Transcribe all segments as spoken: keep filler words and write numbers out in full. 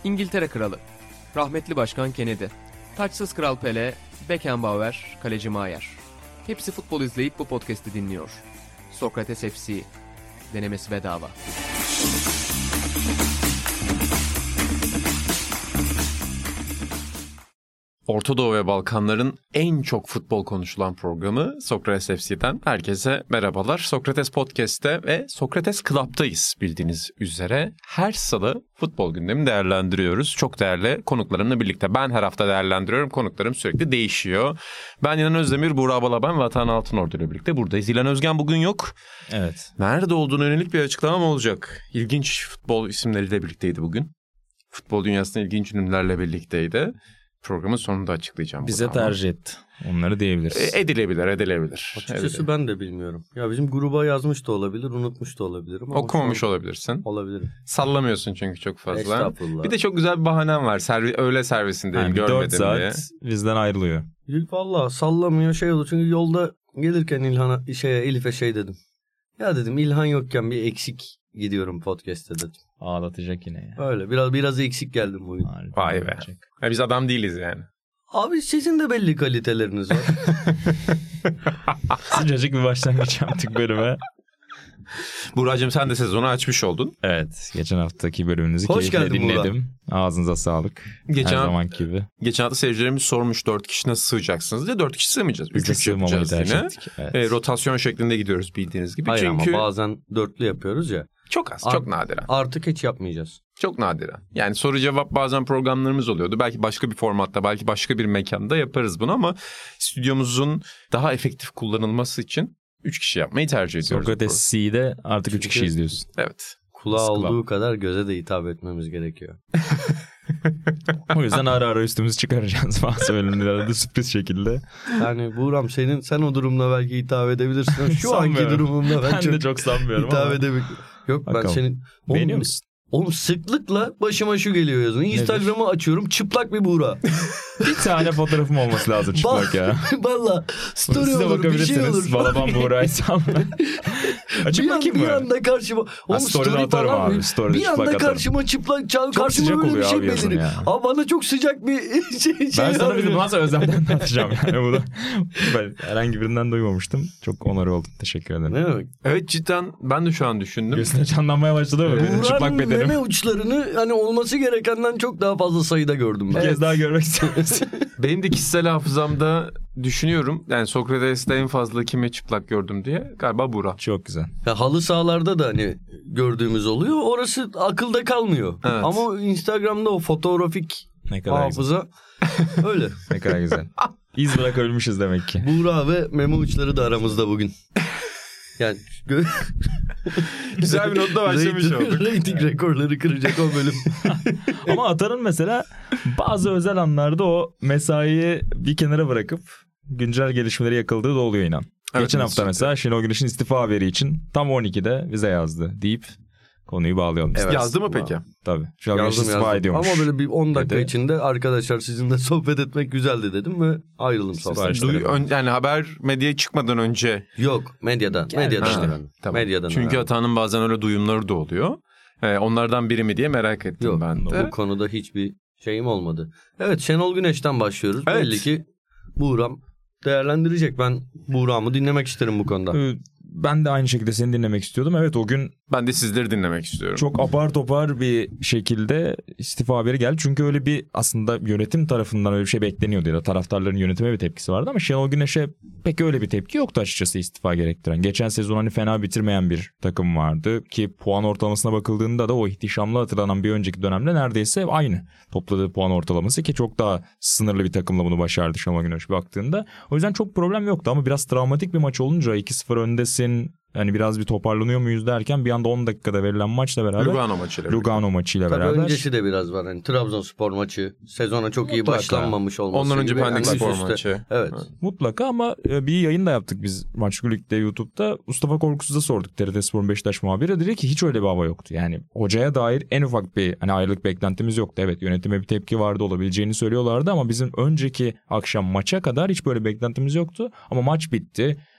İngiltere Kralı, rahmetli Başkan Kennedy, taçsız Kral Pele, Beckenbauer, Kaleci Maier. Hepsi futbol izleyip bu podcast'i dinliyor. Sokrates F C, denemesi bedava. Orta Doğu ve Balkanların en çok futbol konuşulan programı Sokrates F C'den herkese merhabalar. Sokrates Podcast'te ve Sokrates Club'dayız bildiğiniz üzere. Her salı futbol gündemi değerlendiriyoruz. Çok değerli konuklarımla birlikte. Ben her hafta değerlendiriyorum. Konuklarım sürekli değişiyor. Ben İlhan Özdemir, Burak Balaban ve Atan Altınordu ile birlikte buradayız. İlhan Özgen bugün yok. Evet. Nerede olduğuna yönelik bir açıklamam olacak. İlginç futbol isimleriyle birlikteydi bugün. Futbol dünyasında ilginç ünlülerle birlikteydi. Programın sonunda açıklayacağım. Bize tercih etti. Onları diyebiliriz. E, edilebilir, edilebilir. Açıkçası edilebilir. Ben de bilmiyorum. Ya bizim gruba yazmış da olabilir, unutmuş da olabilirim. Ama Okumamış olabilirsin. Olabilirim. Sallamıyorsun çünkü çok fazla. Estağfurullah. Bir de çok güzel bir bahanem var. Servi, öğle servisindeyim, yani görmedim dört saat diye. bizden ayrılıyor. Valla sallamıyor şey oldu. Çünkü yolda gelirken İlhan'a, şeye, Elif'e şey dedim. Ya dedim İlhan yokken bir eksik gidiyorum podcast'te dedim. Ağlatacak yine ya. Öyle biraz biraz eksik geldim bugün. Harika, Vay be. Ya biz adam değiliz yani. Abi sizin de belli kaliteleriniz var. Sıcacık bir başlangıç yaptık bölüme. Buracığım sen de sezonu açmış oldun. Evet. Geçen haftaki bölümünüzü Hoş keyifle geldin dinledim. Burak. Ağzınıza sağlık. Geçen, Her zaman gibi. Geçen hafta seyircilerimiz sormuş dört kişi nasıl sığacaksınız diye. Dört kişi sığmayacağız. Üç Üçe üç sığmamayı yapacağız tercih yine. ettik. Evet. E, rotasyon şeklinde gidiyoruz bildiğiniz gibi. Hayır Çünkü ama bazen dörtlü yapıyoruz ya. çok az, Art- çok nadiren. Artık hiç yapmayacağız. Çok nadiren. Yani soru cevap bazen programlarımız oluyordu. Belki başka bir formatta, belki başka bir mekanda yaparız bunu ama stüdyomuzun daha efektif kullanılması için üç kişi yapmayı tercih ediyoruz. Sokrates C'de artık üç kişi izliyorsun. Evet. Kulağa Sıkıla. olduğu kadar göze de hitap etmemiz gerekiyor. O yüzden ara ara üstümüzü çıkaracağız bazı bölümlerde sürpriz şekilde. Yani Buğram senin sen o durumda belki hitap edebilirsin. Şu anki Sanmıyorum. durumumda ben, Ben çok de çok sanmıyorum hitap ama. edebilirim. Yok ben Bakalım. senin... Beğeniyor Oğlum, musun? oğlum sıklıkla başıma şu geliyor yazın. Instagram'ı açıyorum çıplak bir Buğra. Bir tane fotoğrafım olması lazım çıplak ya. Valla story Siz de olur bir şey olur. Balaban Buğra'yı salma. Açık bir, an, bakayım bir mı? anda karşıma oğlum story'de story atarım falan abi, mı? story'de Bir çıplak anda atarım. karşıma çıplak çal, Çok karşıma sıcak böyle bir oluyor şey abi yazın belirir. ya. Ama bana çok sıcak bir şey, şey Ben sana var. bir bundan sonra Özlem'den de atacağım yani bunu. Ben herhangi birinden duymamıştım. Çok onarı oldum. Teşekkür ederim. Ne demek? Evet cidden ben de şu an düşündüm. Göğsüne canlanmaya başladı mı? Benim çıplak Buğra'nın bedenim. meme uçlarını hani olması gerekenden çok daha fazla sayıda gördüm Bir ben. kez daha görmek isteriz. Benim de kişisel hafızamda düşünüyorum. Yani Sokrates'te en fazla kime çıplak gördüm diye. Galiba Burak. Çok güzel. Ya halı sahalarda da hani gördüğümüz oluyor. Orası akılda kalmıyor. Evet. Ama Instagram'da o fotoğrafik Ne kadar güzel. hafıza öyle. Ne kadar güzel. İz bırakabilmişiz demek ki. Buğra ve meme uçları da aramızda bugün. Yani gö- Güzel bir notla başlamış Rating- olduk. Rating rekorları kıracak o bölüm. Ama Atan'ın mesela bazı özel anlarda o mesaiyi bir kenara bırakıp güncel gelişmeleri yakaladığı da oluyor inan. Evet, Geçen hafta kesinlikle. mesela Şenol Güneş'in istifa haberi için tam on ikide bize yazdı deyip konuyu bağlayalım. Evet. Yazdı mı peki? Tabii. Şenol Güneş Yazdım istifa yazdım. ediyormuş. Ama böyle bir on dakika dedi. içinde arkadaşlar sizinle sohbet etmek güzeldi dedim ve ayrıldım Sipariş sohbetten. Duy, ön, yani haber medyaya çıkmadan önce. Yok medyadan. Yani- Medyadan Ha, öğrendim. tamam. Medyadan Çünkü öğrendim. Atan'ın bazen öyle duyumları da oluyor. Ee, onlardan biri mi diye merak ettim Yok ben de. bu konuda hiçbir şeyim olmadı. Evet Şenol Güneş'ten başlıyoruz. Evet. Belli ki Buğram değerlendirecek. Ben Buğram'ı dinlemek isterim bu konuda. Ee, Ben de aynı şekilde seni dinlemek istiyordum. Evet o gün Ben de sizleri dinlemek istiyorum. çok apar topar bir şekilde istifa haberi geldi. Çünkü öyle bir aslında yönetim tarafından öyle bir şey bekleniyordu ya da taraftarların yönetime bir tepkisi vardı ama Şenol Güneş'e pek öyle bir tepki yoktu açıkçası istifa gerektiren. Geçen sezon hani fena bitirmeyen bir takım vardı ki puan ortalamasına bakıldığında da o ihtişamlı hatırlanan bir önceki dönemde neredeyse aynı topladığı puan ortalaması ki çok daha sınırlı bir takımla bunu başardı Şenol Güneş baktığında. O yüzden çok problem yoktu ama biraz travmatik bir maç olunca iki sıfır öndesin. Hani biraz bir toparlanıyor muyuz derken bir anda on dakikada verilen maçla beraber Lugano maçıyla. Lugano maçıyla Tabii beraber. öncesi de biraz var. Hani Trabzonspor maçı sezona çok iyi Mutlaka. başlanmamış olması Ondan önce gibi. Pendik Yani Spor üst üste- maçı. Evet. Mutlaka ama bir yayın da yaptık biz Maçlı Lig'de YouTube'da. Mustafa Korkusuz'a sorduk T R T Spor'un Beşiktaş muhabiri. Dedi ki hiç öyle bir hava yoktu. Yani hocaya dair en ufak bir hani ayrılık beklentimiz yoktu. Evet yönetime bir tepki vardı olabileceğini söylüyorlardı ama bizim önceki akşam maça kadar hiç böyle beklentimiz yoktu. Ama maç bitti.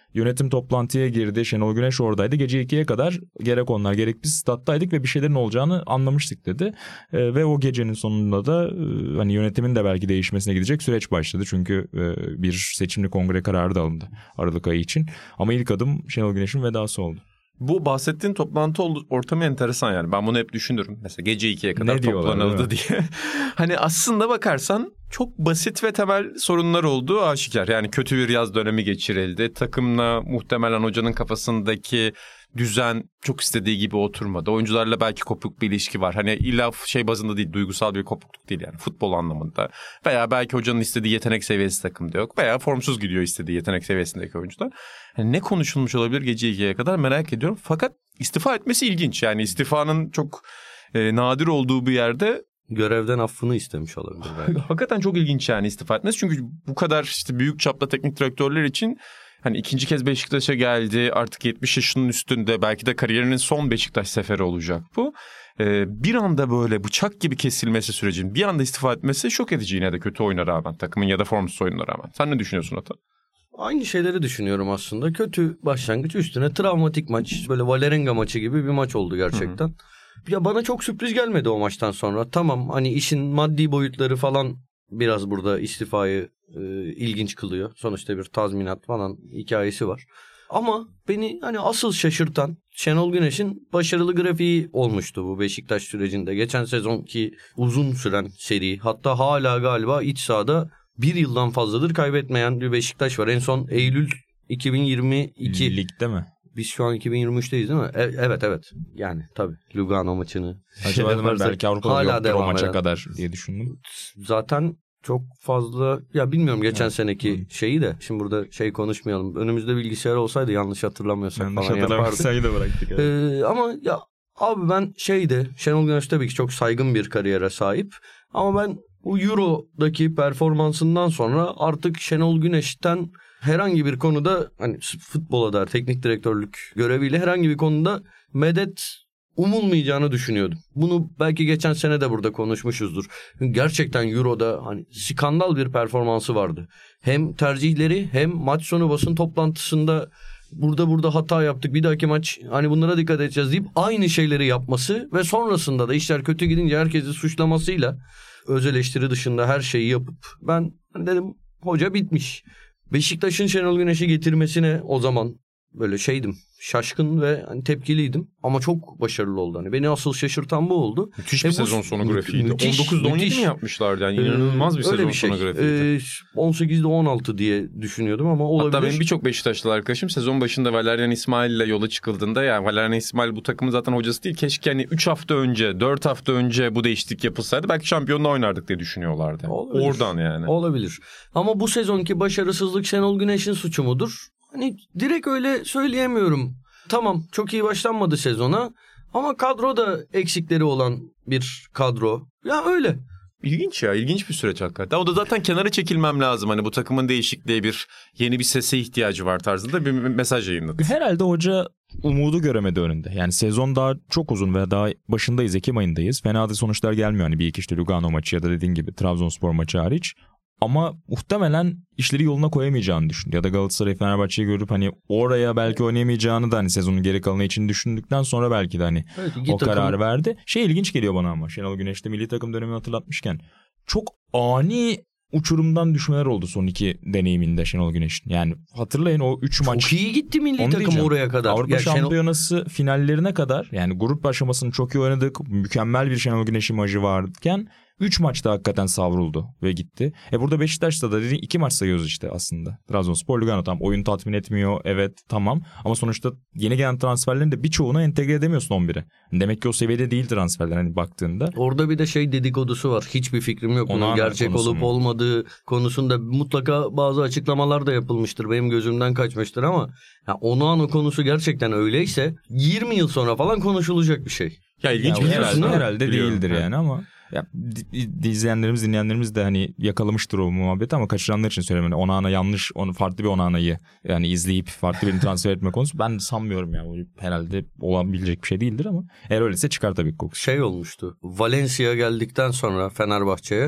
Yönetim toplantıya girdi. Şenol Güneş oradaydı. Gece ikiye kadar gerek onlar gerek biz stat'taydık ve bir şeylerin olacağını anlamıştık dedi. E, ve o gecenin sonunda da e, hani yönetimin de belki değişmesine gidecek süreç başladı. Çünkü e, bir seçimli kongre kararı da alındı Aralık ayı için. Ama ilk adım Şenol Güneş'in vedası oldu. Bu bahsettiğin toplantı ortamı enteresan yani. Ben bunu hep düşünürüm. Mesela gece ikiye kadar toplanıldı diye. Hani aslında bakarsan çok basit ve temel sorunlar olduğu aşikar. Yani kötü bir yaz dönemi geçirildi. Takımla muhtemelen hocanın kafasındaki düzen çok istediği gibi oturmadı. Oyuncularla belki kopuk bir ilişki var. Hani illa şey bazında değil, duygusal bir kopukluk değil yani futbol anlamında. Veya belki hocanın istediği yetenek seviyesi takımda yok. Veya formsuz gidiyor istediği yetenek seviyesindeki oyuncular. Yani ne konuşulmuş olabilir gece ikiye kadar merak ediyorum. Fakat istifa etmesi ilginç. Yani istifanın çok e, nadir olduğu bir yerde görevden affını istemiş olabilir belki. Hakikaten çok ilginç yani istifa etmesi. Çünkü bu kadar işte büyük çapta teknik direktörler için hani ikinci kez Beşiktaş'a geldi. Artık yetmiş yaşının üstünde, belki de kariyerinin son Beşiktaş seferi olacak bu. Ee, bir anda böyle bıçak gibi kesilmesi sürecin bir anda istifa etmesi şok edici yine de kötü oyuna rağmen. Takımın ya da formsuz oyununa rağmen. Sen ne düşünüyorsun Ata? Aynı şeyleri düşünüyorum aslında. Kötü başlangıç üstüne travmatik maç. Böyle Vålerenga maçı gibi bir maç oldu gerçekten. Hı hı. Ya bana çok sürpriz gelmedi o maçtan sonra. Tamam hani işin maddi boyutları falan biraz burada istifayı e, ilginç kılıyor. Sonuçta bir tazminat falan hikayesi var. Ama beni hani asıl şaşırtan Şenol Güneş'in başarılı grafiği olmuştu bu Beşiktaş sürecinde. Geçen sezonki uzun süren seri, hatta hala galiba iç sahada bir yıldan fazladır kaybetmeyen bir Beşiktaş var. En son Eylül iki bin yirmi iki. Ligde mi? Biz şu an iki bin yirmi üçteyiz değil mi? E- evet evet. Yani tabii Lugano maçını. Acaba şey belki Avrupa'da hala yoktur o maça eden. kadar diye düşündüm. Zaten çok fazla ya bilmiyorum geçen evet. seneki hmm. şeyi de. Şimdi burada şey konuşmayalım. Önümüzde bilgisayar olsaydı yanlış hatırlamıyorsak yanlış falan yapardık. Sayı da bıraktık. Evet. Ee, ama ya abi ben şeyde Şenol Güneş tabii ki çok saygın bir kariyere sahip. Ama ben bu Euro'daki performansından sonra artık Şenol Güneş'ten herhangi bir konuda hani futbola da teknik direktörlük göreviyle herhangi bir konuda medet umulmayacağını düşünüyordum. Bunu belki geçen sene de burada konuşmuşuzdur. Gerçekten Euro'da hani skandal bir performansı vardı. Hem tercihleri hem maç sonu basın toplantısında burada burada hata yaptık, bir dahaki maç hani bunlara dikkat edeceğiz deyip aynı şeyleri yapması ve sonrasında da işler kötü gidince herkesi suçlamasıyla öz eleştiri dışında her şeyi yapıp ben dedim hoca bitmiş. Beşiktaş'ın Şenol Güneş'i getirmesine o zaman böyle şeydim, şaşkın ve hani tepkiliydim ama çok başarılı oldu. Hani beni asıl şaşırtan bu oldu. Müthiş bir e sezon sonu grafiğiydi. Müthiş, on dokuzda on yedi mi yapmışlardı yani inanılmaz bir sezon bir şey. sonu grafiğiydi. Ee, on sekizde on altı diye düşünüyordum ama olabilir. Hatta benim birçok Beşiktaşlı arkadaşım sezon başında Valerian İsmail ile yola çıkıldığında yani Valerian İsmail bu takımın zaten hocası değil. Keşke hani üç hafta önce, dört hafta önce bu değişiklik yapılsaydı belki şampiyonluğa oynardık diye düşünüyorlardı. Olabilir. Oradan yani. Olabilir. Ama bu sezonki başarısızlık Şenol Güneş'in suçu mudur? Hani direkt öyle söyleyemiyorum. Tamam çok iyi başlanmadı sezona ama kadro da eksikleri olan bir kadro. Ya öyle. İlginç ya, ilginç bir süreç hakikaten. O da zaten kenara çekilmem lazım. Hani bu takımın değişikliği bir yeni bir sese ihtiyacı var tarzında bir mesaj yayınladı. Herhalde hoca umudu göremedi önünde. Yani sezon daha çok uzun ve daha başındayız, Ekim ayındayız. Fena da sonuçlar gelmiyor. Hani bir iki işte Lugano maçı ya da dediğin gibi Trabzonspor maçı hariç. Ama muhtemelen işleri yoluna koyamayacağını düşündü. Ya da Galatasaray Fenerbahçe'yi görüp hani oraya belki oynayamayacağını da hani sezonun geri kalanı için düşündükten sonra belki de hani evet, o takım... kararı verdi. Şey ilginç geliyor bana ama Şenol Güneş'te milli takım dönemini hatırlatmışken çok ani uçurumdan düşmeler oldu son iki deneyiminde Şenol Güneş'in. Yani hatırlayın o üç maç. Çok iyi gitti milli takım oraya kadar. Avrupa ya Şampiyonası Şenol... finallerine kadar yani grup aşamasını çok iyi oynadık. Mükemmel bir Şenol Güneş imajı varken üç maçta hakikaten savruldu ve gitti. E burada Beşiktaş'ta da dediğin iki maç sayıyoruz işte aslında. Trabzonspor, Lugano tam oyun tatmin etmiyor. Evet tamam ama sonuçta yeni gelen transferlerin de birçoğunu entegre edemiyorsun on bire. Demek ki o seviyede değil transferler hani baktığında. Orada bir de şey dedikodusu var. Hiçbir fikrim yok. Bunun gerçek olup mu? olmadığı konusunda mutlaka bazı açıklamalar da yapılmıştır. Benim gözümden kaçmıştır ama ya Onuano konusu gerçekten öyleyse yirmi yıl sonra falan konuşulacak bir şey. Ya ilginç bir herhalde, herhalde değildir yani, yani ama ya izleyenlerimiz, dinleyenlerimiz de hani yakalamıştır o muhabbeti ama kaçıranlar için söyleyeyim. Yani Onana yanlış, onu farklı bir Onana'yı yani izleyip farklı birini transfer etme konusu ben sanmıyorum ya. Yani. Herhalde olabilecek bir şey değildir ama eğer öyleyse çıkar tabii kokusu. Şey olmuştu. Valencia geldikten sonra Fenerbahçe'ye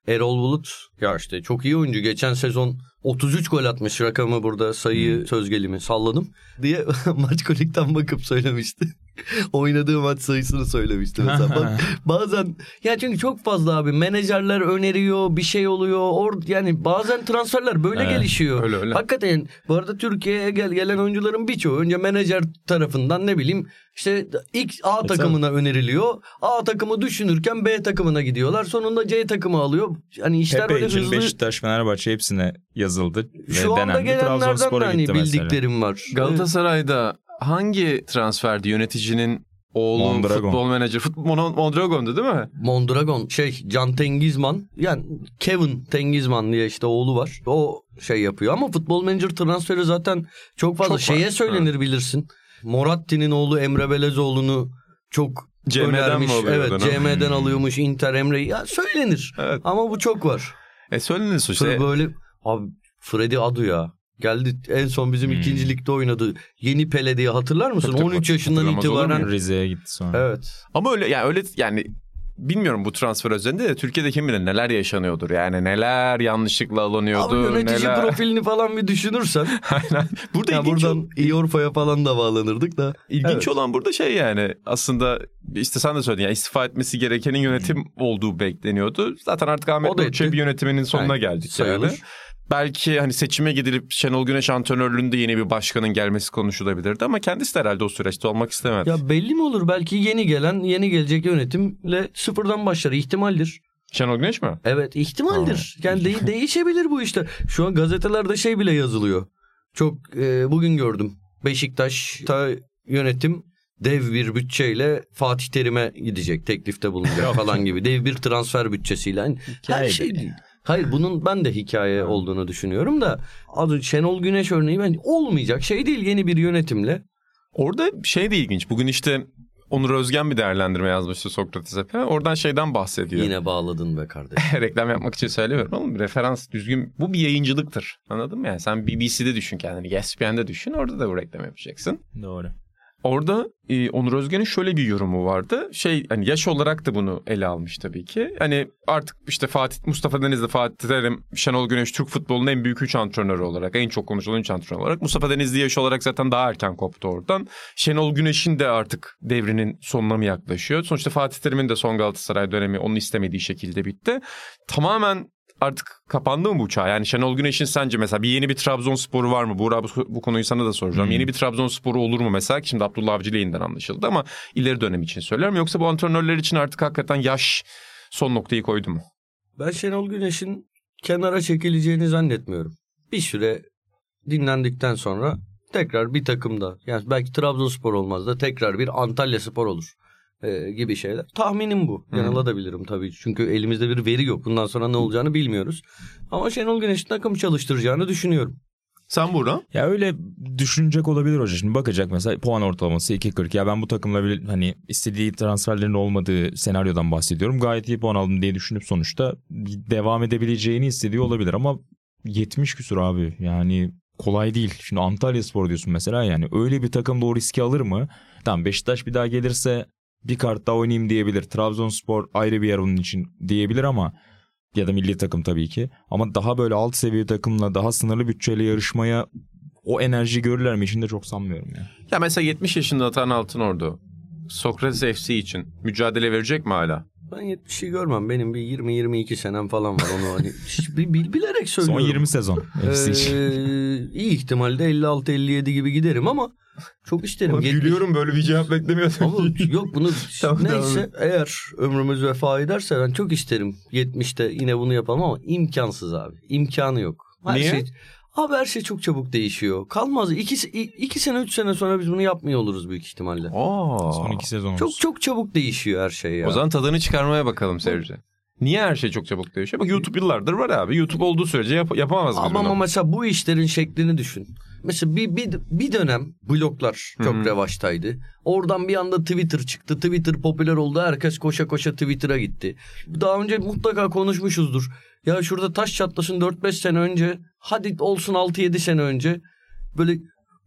Erol Bulut ya işte çok iyi oyuncu. Geçen sezon otuz üç gol atmış, rakamı burada sayıyı hmm. söz gelimi salladım diye maç kolikten bakıp söylemişti. Oynadığı maç sayısını söylemişti mesela. Bak, bazen ya çünkü çok fazla abi menajerler öneriyor, bir şey oluyor. Or yani bazen transferler böyle evet, gelişiyor. Öyle, öyle. Hakikaten bu arada Türkiye'ye gel gelen oyuncuların birçoğu önce menajer tarafından ne bileyim işte ilk A takımına evet, öneriliyor. A takımı düşünürken B takımına gidiyorlar. Sonunda C takımı alıyor. Hani işler Pepe böyle için hızlı. Beşiktaş, Fenerbahçe hepsine yazıldı. Şu ve anda gelenlerden de hani bildiklerim mesela var. Galatasaray'da hangi transferdi yöneticinin oğlu Mondragon. Futbol menajer? Futbol Mondragon'du değil mi? Mondragon şey Can Tengizman, yani Kevin Tengizman diye işte oğlu var. O şey yapıyor ama futbol menajer transferi zaten çok fazla. Çok şeye var. Söylenir ha. Bilirsin. Moratti'nin oğlu Emre Belezoğlu'nu çok C M'den önermiş. Evet, C M'den hmm. alıyormuş Inter Emre'yi. Ya söylenir. Evet. Ama bu çok var. E söylenir işte. Böyle abi Freddy Adu ya. Geldi en son bizim hmm. ikinci ligde oynadı. Yeni Pele diye hatırlar mısın? on üç yaşından itibaren Rize'ye gitti sonra. Evet. Ama öyle yani öyle yani bilmiyorum bu transfer özelinde de Türkiye'de kim bilir neler yaşanıyordur. Yani neler yanlışlıkla alınıyordur. Abi yönetici neler... profilini falan bir düşünürsen. Aynen. Burada ya buradan ol... İorfa'ya falan da bağlanırdık da. İlginç evet. olan burada şey yani aslında işte sen de söyledin ya istifa etmesi gerekenin yönetim hmm. olduğu bekleniyordu. Zaten artık Ahmet Nur Çebi yönetiminin sonuna yani, geldik sayılır. Yani. Belki hani seçime gidilip Şenol Güneş antrenörlüğünde yeni bir başkanın gelmesi konuşulabilirdi ama kendisi de herhalde o süreçte olmak istemedi. Ya belli mi olur? Belki yeni gelen, yeni gelecek yönetimle sıfırdan başlar. İhtimaldir. Şenol Güneş mi? Evet, ihtimaldir. Aa. Yani de- değişebilir bu işte. Şu an gazetelerde şey bile yazılıyor. Çok e, bugün gördüm. Beşiktaş'ta yönetim dev bir bütçeyle Fatih Terim'e gidecek, teklifte bulunacak falan gibi. Dev bir transfer bütçesiyle. Yani her şey değil. Hayır, bunun ben de hikaye olduğunu düşünüyorum da adı Şenol Güneş örneği ben olmayacak şey değil yeni bir yönetimle. Orada şey de ilginç. Bugün işte Onur Özgen bir değerlendirme yazmıştı Sokrates'e. Oradan şeyden bahsediyor. Yine bağladın be kardeşim. Reklam yapmak için söylemiyorum oğlum. Referans düzgün. Bu bir yayıncılıktır. Anladın mı? Yani sen B B C'de düşün kendini. E S P N'de düşün. Orada da bu reklam yapacaksın. Doğru. Orada e, Onur Özgen'in şöyle bir yorumu vardı. Şey hani yaş olarak da bunu ele almış tabii ki. Hani artık işte Fatih Mustafa Denizli, Fatih Terim, Şenol Güneş Türk futbolunun en büyük üç antrenörü olarak, en çok konuşulan üç antrenör olarak. Mustafa Denizli yaş olarak zaten daha erken koptu oradan. Şenol Güneş'in de artık devrinin sonuna mı yaklaşıyor? Sonuçta Fatih Terim'in de son Galatasaray dönemi onun istemediği şekilde bitti. Tamamen artık kapandı mı bu çağ? Yani Şenol Güneş'in sence mesela bir yeni bir Trabzonspor'u var mı? Buğra bu, bu konuyu sana da soracağım. Hmm. Yeni bir Trabzonspor'u olur mu mesela? Şimdi Abdullah Avcı Leh'inden anlaşıldı ama ileri dönem için söylüyorum. Yoksa bu antrenörler için artık hakikaten yaş son noktayı koydu mu? Ben Şenol Güneş'in kenara çekileceğini zannetmiyorum. Bir süre dinlendikten sonra tekrar bir takımda, yani belki Trabzonspor olmaz da tekrar bir Antalyaspor olur. Ee, gibi şeyler. Tahminim bu. Yanılabilirim tabii. Çünkü elimizde bir veri yok. Bundan sonra ne olacağını bilmiyoruz. Ama Şenol Güneş'in takım çalıştıracağını düşünüyorum. Sen burada? Ya öyle düşünecek olabilir hoca. Şimdi bakacak mesela puan ortalaması iki kırk. Ya ben bu takımla bir, hani istediği transferlerin olmadığı senaryodan bahsediyorum. Gayet iyi puan aldım diye düşünüp sonuçta devam edebileceğini hissediyor olabilir ama yetmiş küsur abi. Yani kolay değil. Şimdi Antalyaspor diyorsun mesela, yani öyle bir takım da o riski alır mı? Tamam, Beşiktaş bir daha gelirse bir kart daha oynayayım diyebilir. Trabzonspor ayrı bir yer onun için diyebilir ama ya da milli takım tabii ki. Ama daha böyle alt seviye takımla daha sınırlı bütçeyle yarışmaya o enerji görürler mi? İçinde çok sanmıyorum ya. Ya mesela yetmiş yaşında Atan Altınordu Sokrates F C için mücadele verecek mi hala? Ben yetmişi görmem. Benim bir yirmi yirmi iki senem falan var. Onu hani bil, bilerek söylüyorum. Son yirmi sezon F C için. Ee, iyi ihtimalle elli altı elli yedi gibi giderim ama çok isterim. Gülüyorum, böyle bir cevap beklemiyordum. Ama yok bunu tamam, neyse tamam. Eğer ömrümüz vefa ederse ben çok isterim yetmişte yine bunu yapalım ama imkansız abi. İmkanı yok. Her Niye? Şey, abi her şey çok çabuk değişiyor. Kalmaz. İki, iki sene üç sene sonra biz bunu yapmıyor oluruz büyük ihtimalle. Aa, son iki sezon Çok çok çabuk değişiyor her şey ya. O zaman tadını çıkarmaya bakalım seyirci. Niye her şey çok çabuk değişiyor? Bak YouTube yıllardır var abi. YouTube olduğu sürece yap- yapamaz mıyız? Ama, ama mesela bu işlerin şeklini düşün. Mesela bir, bir, bir dönem bloglar çok Hı-hı. revaçtaydı. Oradan bir anda Twitter çıktı. Twitter popüler oldu. Herkes koşa koşa Twitter'a gitti. Daha önce mutlaka konuşmuşuzdur. Ya şurada taş çatlasın dört beş sene önce, hadi olsun altı yedi sene önce böyle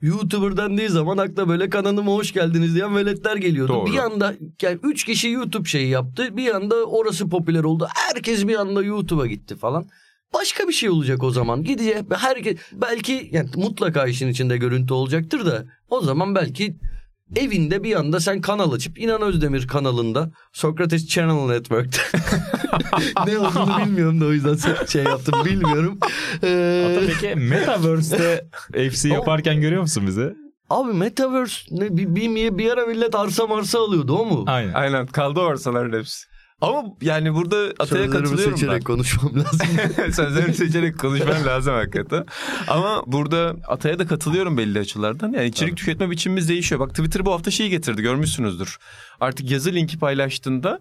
YouTuber dendiği zaman akla böyle kanalıma hoş geldiniz diyen veletler geliyordu. Doğru. Bir anda yani üç kişi YouTube şeyi yaptı. Bir anda orası popüler oldu. Herkes bir anda YouTube'a gitti falan. Başka bir şey olacak o zaman. Gidecek herkes belki yani mutlaka işin içinde görüntü olacaktır da o zaman belki evinde bir anda sen kanal açıp İnan Özdemir kanalında Sokrates Channel Network'te ne olduğunu bilmiyorum da o yüzden şey yaptım bilmiyorum. Ee... Hatta peki Metaverse'de F C yaparken görüyor musun bizi? Abi Metaverse ne, bir, bir, bir ara millet arsa marsa alıyordu o mu? Aynen. Aynen kaldı o arsaların hepsi. Ama yani burada Atay'a katılıyorum Sözlerimi seçerek ben. konuşmam lazım. Sözlerimi seçerek konuşmam lazım hakikaten. Ama burada Atay'a da katılıyorum belli açılardan. Yani içerik evet. tüketme biçimimiz değişiyor. Bak Twitter bu hafta şeyi getirdi görmüşsünüzdür. Artık yazı linki paylaştığında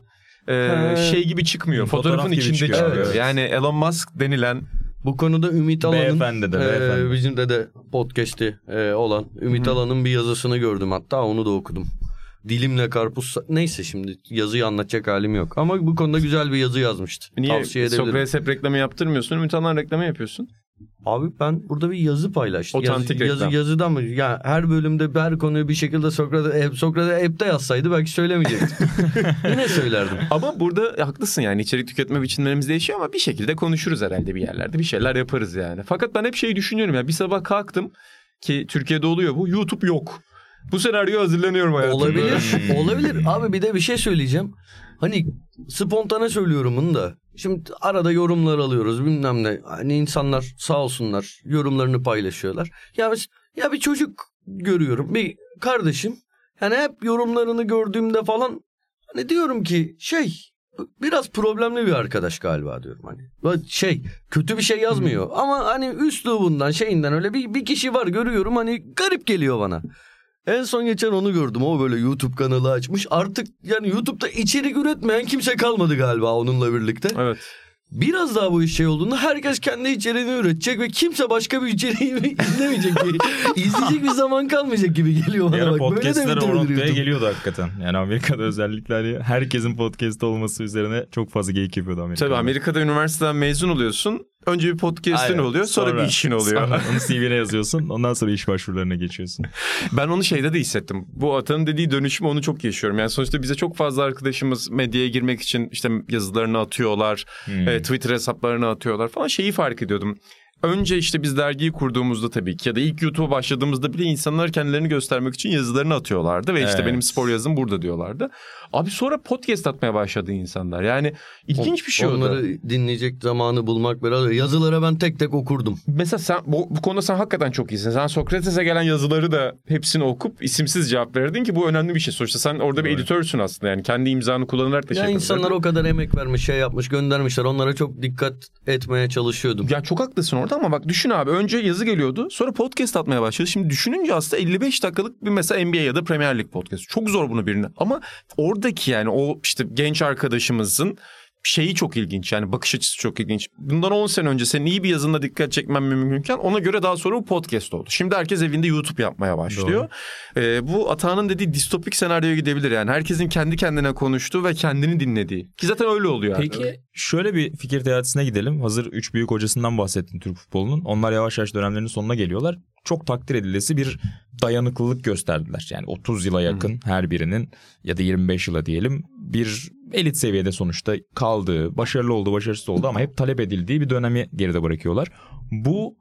e, şey gibi çıkmıyor. Fotoğraf Fotoğrafın gibi içinde çıkıyor. çıkıyor. Evet. Yani Elon Musk denilen... Bu konuda Ümit Alan'ın beyefendi de, beyefendi. E, bizim de de podcast'i e, olan Ümit Hı-hı. Alan'ın bir yazısını gördüm, hatta onu da okudum. Dilimle karpuz neyse şimdi yazıyı anlatacak halim yok ama bu konuda güzel bir yazı yazmıştı. Niye Tavsiye edebilirim. Sokrates hep reklamı yaptırmıyorsun? Ümit Alan reklamı yapıyorsun. Abi ben burada bir yazı paylaştım. Otantik yazı, yazı, yazıdan mı? Ya her bölümde her konuyu bir şekilde Sokrates Sokrates app'te yazsaydı belki söylemeyecektim. Yine söylerdim. Ama burada haklısın yani içerik tüketme biçimlerimiz değişiyor ama bir şekilde konuşuruz herhalde bir yerlerde. Bir şeyler yaparız yani. Fakat ben hep şeyi düşünüyorum ya bir sabah kalktım ki Türkiye'de oluyor bu. YouTube yok. Bu senaryo hazırlanıyorum hayatımda. Olabilir. Olabilir. Abi bir de bir şey söyleyeceğim. Hani spontane söylüyorum bunu da. Şimdi arada yorumlar alıyoruz bilmem ne. Hani insanlar sağ olsunlar yorumlarını paylaşıyorlar. Ya, ya bir çocuk görüyorum. Bir kardeşim. Yani hep yorumlarını gördüğümde falan hani diyorum ki şey biraz problemli bir arkadaş galiba diyorum hani. Şey kötü bir şey yazmıyor. Hmm. Ama hani üslubundan şeyinden öyle bir, bir kişi var görüyorum hani garip geliyor bana. En son geçen onu gördüm. O böyle YouTube kanalı açmış. Artık yani YouTube'da içerik üretmeyen kimse kalmadı galiba onunla birlikte. Evet. Biraz daha bu iş şey olduğunda herkes kendi içeriğini üretecek ve kimse başka bir içeriği izlemeyecek. İzleyecek bir zaman kalmayacak gibi geliyor bana. Yarın bak. podcastler o noktaya geliyordu hakikaten. Yani Amerika'da özellikle herkesin podcast olması üzerine çok fazla geyik yapıyordu Amerika'da. Tabii Amerika'da üniversiteden mezun oluyorsun. Önce bir podcast'in oluyor sonra, sonra bir işin oluyor. Sonra onu C V'ne yazıyorsun ondan sonra iş başvurularına geçiyorsun. Ben onu şeyde de hissettim. Bu Atan'ın dediği dönüşümü onu çok yaşıyorum. Yani sonuçta bize çok fazla arkadaşımız medyaya girmek için işte yazılarını atıyorlar. Hmm. E, Twitter hesaplarını atıyorlar falan şeyi fark ediyordum. Önce işte biz dergiyi kurduğumuzda tabii ki ya da ilk YouTube'a başladığımızda bile insanlar kendilerini göstermek için yazılarını atıyorlardı. Ve evet. işte benim spor yazım burada diyorlardı. Abi sonra podcast atmaya başladı insanlar. Yani ilginç bir şey oldu. Onları dinleyecek zamanı bulmak beraber. Yazılara ben tek tek okurdum. Mesela sen bu, bu konuda sen hakikaten çok iyisin. Sen Sokrates'e gelen yazıları da hepsini okup isimsiz cevap verdin ki bu önemli bir şey. Sonuçta sen orada evet. bir editörsün aslında. Yani kendi imzanı kullanarak da ya şey insanlar o kadar emek vermiş, şey yapmış, göndermişler. Onlara çok dikkat etmeye çalışıyordum. Ya çok haklısın orada ama bak düşün abi. Önce yazı geliyordu. Sonra podcast atmaya başladı. Şimdi düşününce aslında elli beş dakikalık bir mesela N B A ya da Premier Lig podcast. Çok zor bunu birine. Ama oradaki yani o işte genç arkadaşımızın şeyi çok ilginç. Yani bakış açısı çok ilginç. Bundan on sene önce senin iyi bir yazınla dikkat çekmen mümkünken ona göre daha sonra bu podcast oldu. Şimdi herkes evinde YouTube yapmaya başlıyor. Ee, bu Atahan'ın dediği distopik senaryoya gidebilir yani. Herkesin kendi kendine konuştuğu ve kendini dinlediği. Ki zaten öyle oluyor. Peki yani. şöyle bir fikir teatisine gidelim. Hazır üç büyük hocasından bahsettin Türk futbolunun. Onlar yavaş yavaş dönemlerinin sonuna geliyorlar. Çok takdir edilesi bir dayanıklılık gösterdiler. Yani otuz yıla yakın hmm. her birinin ya da yirmi beş yıla diyelim bir elit seviyede sonuçta kaldığı, başarılı oldu, başarısız oldu ama hep talep edildiği bir dönemi geride bırakıyorlar. Bu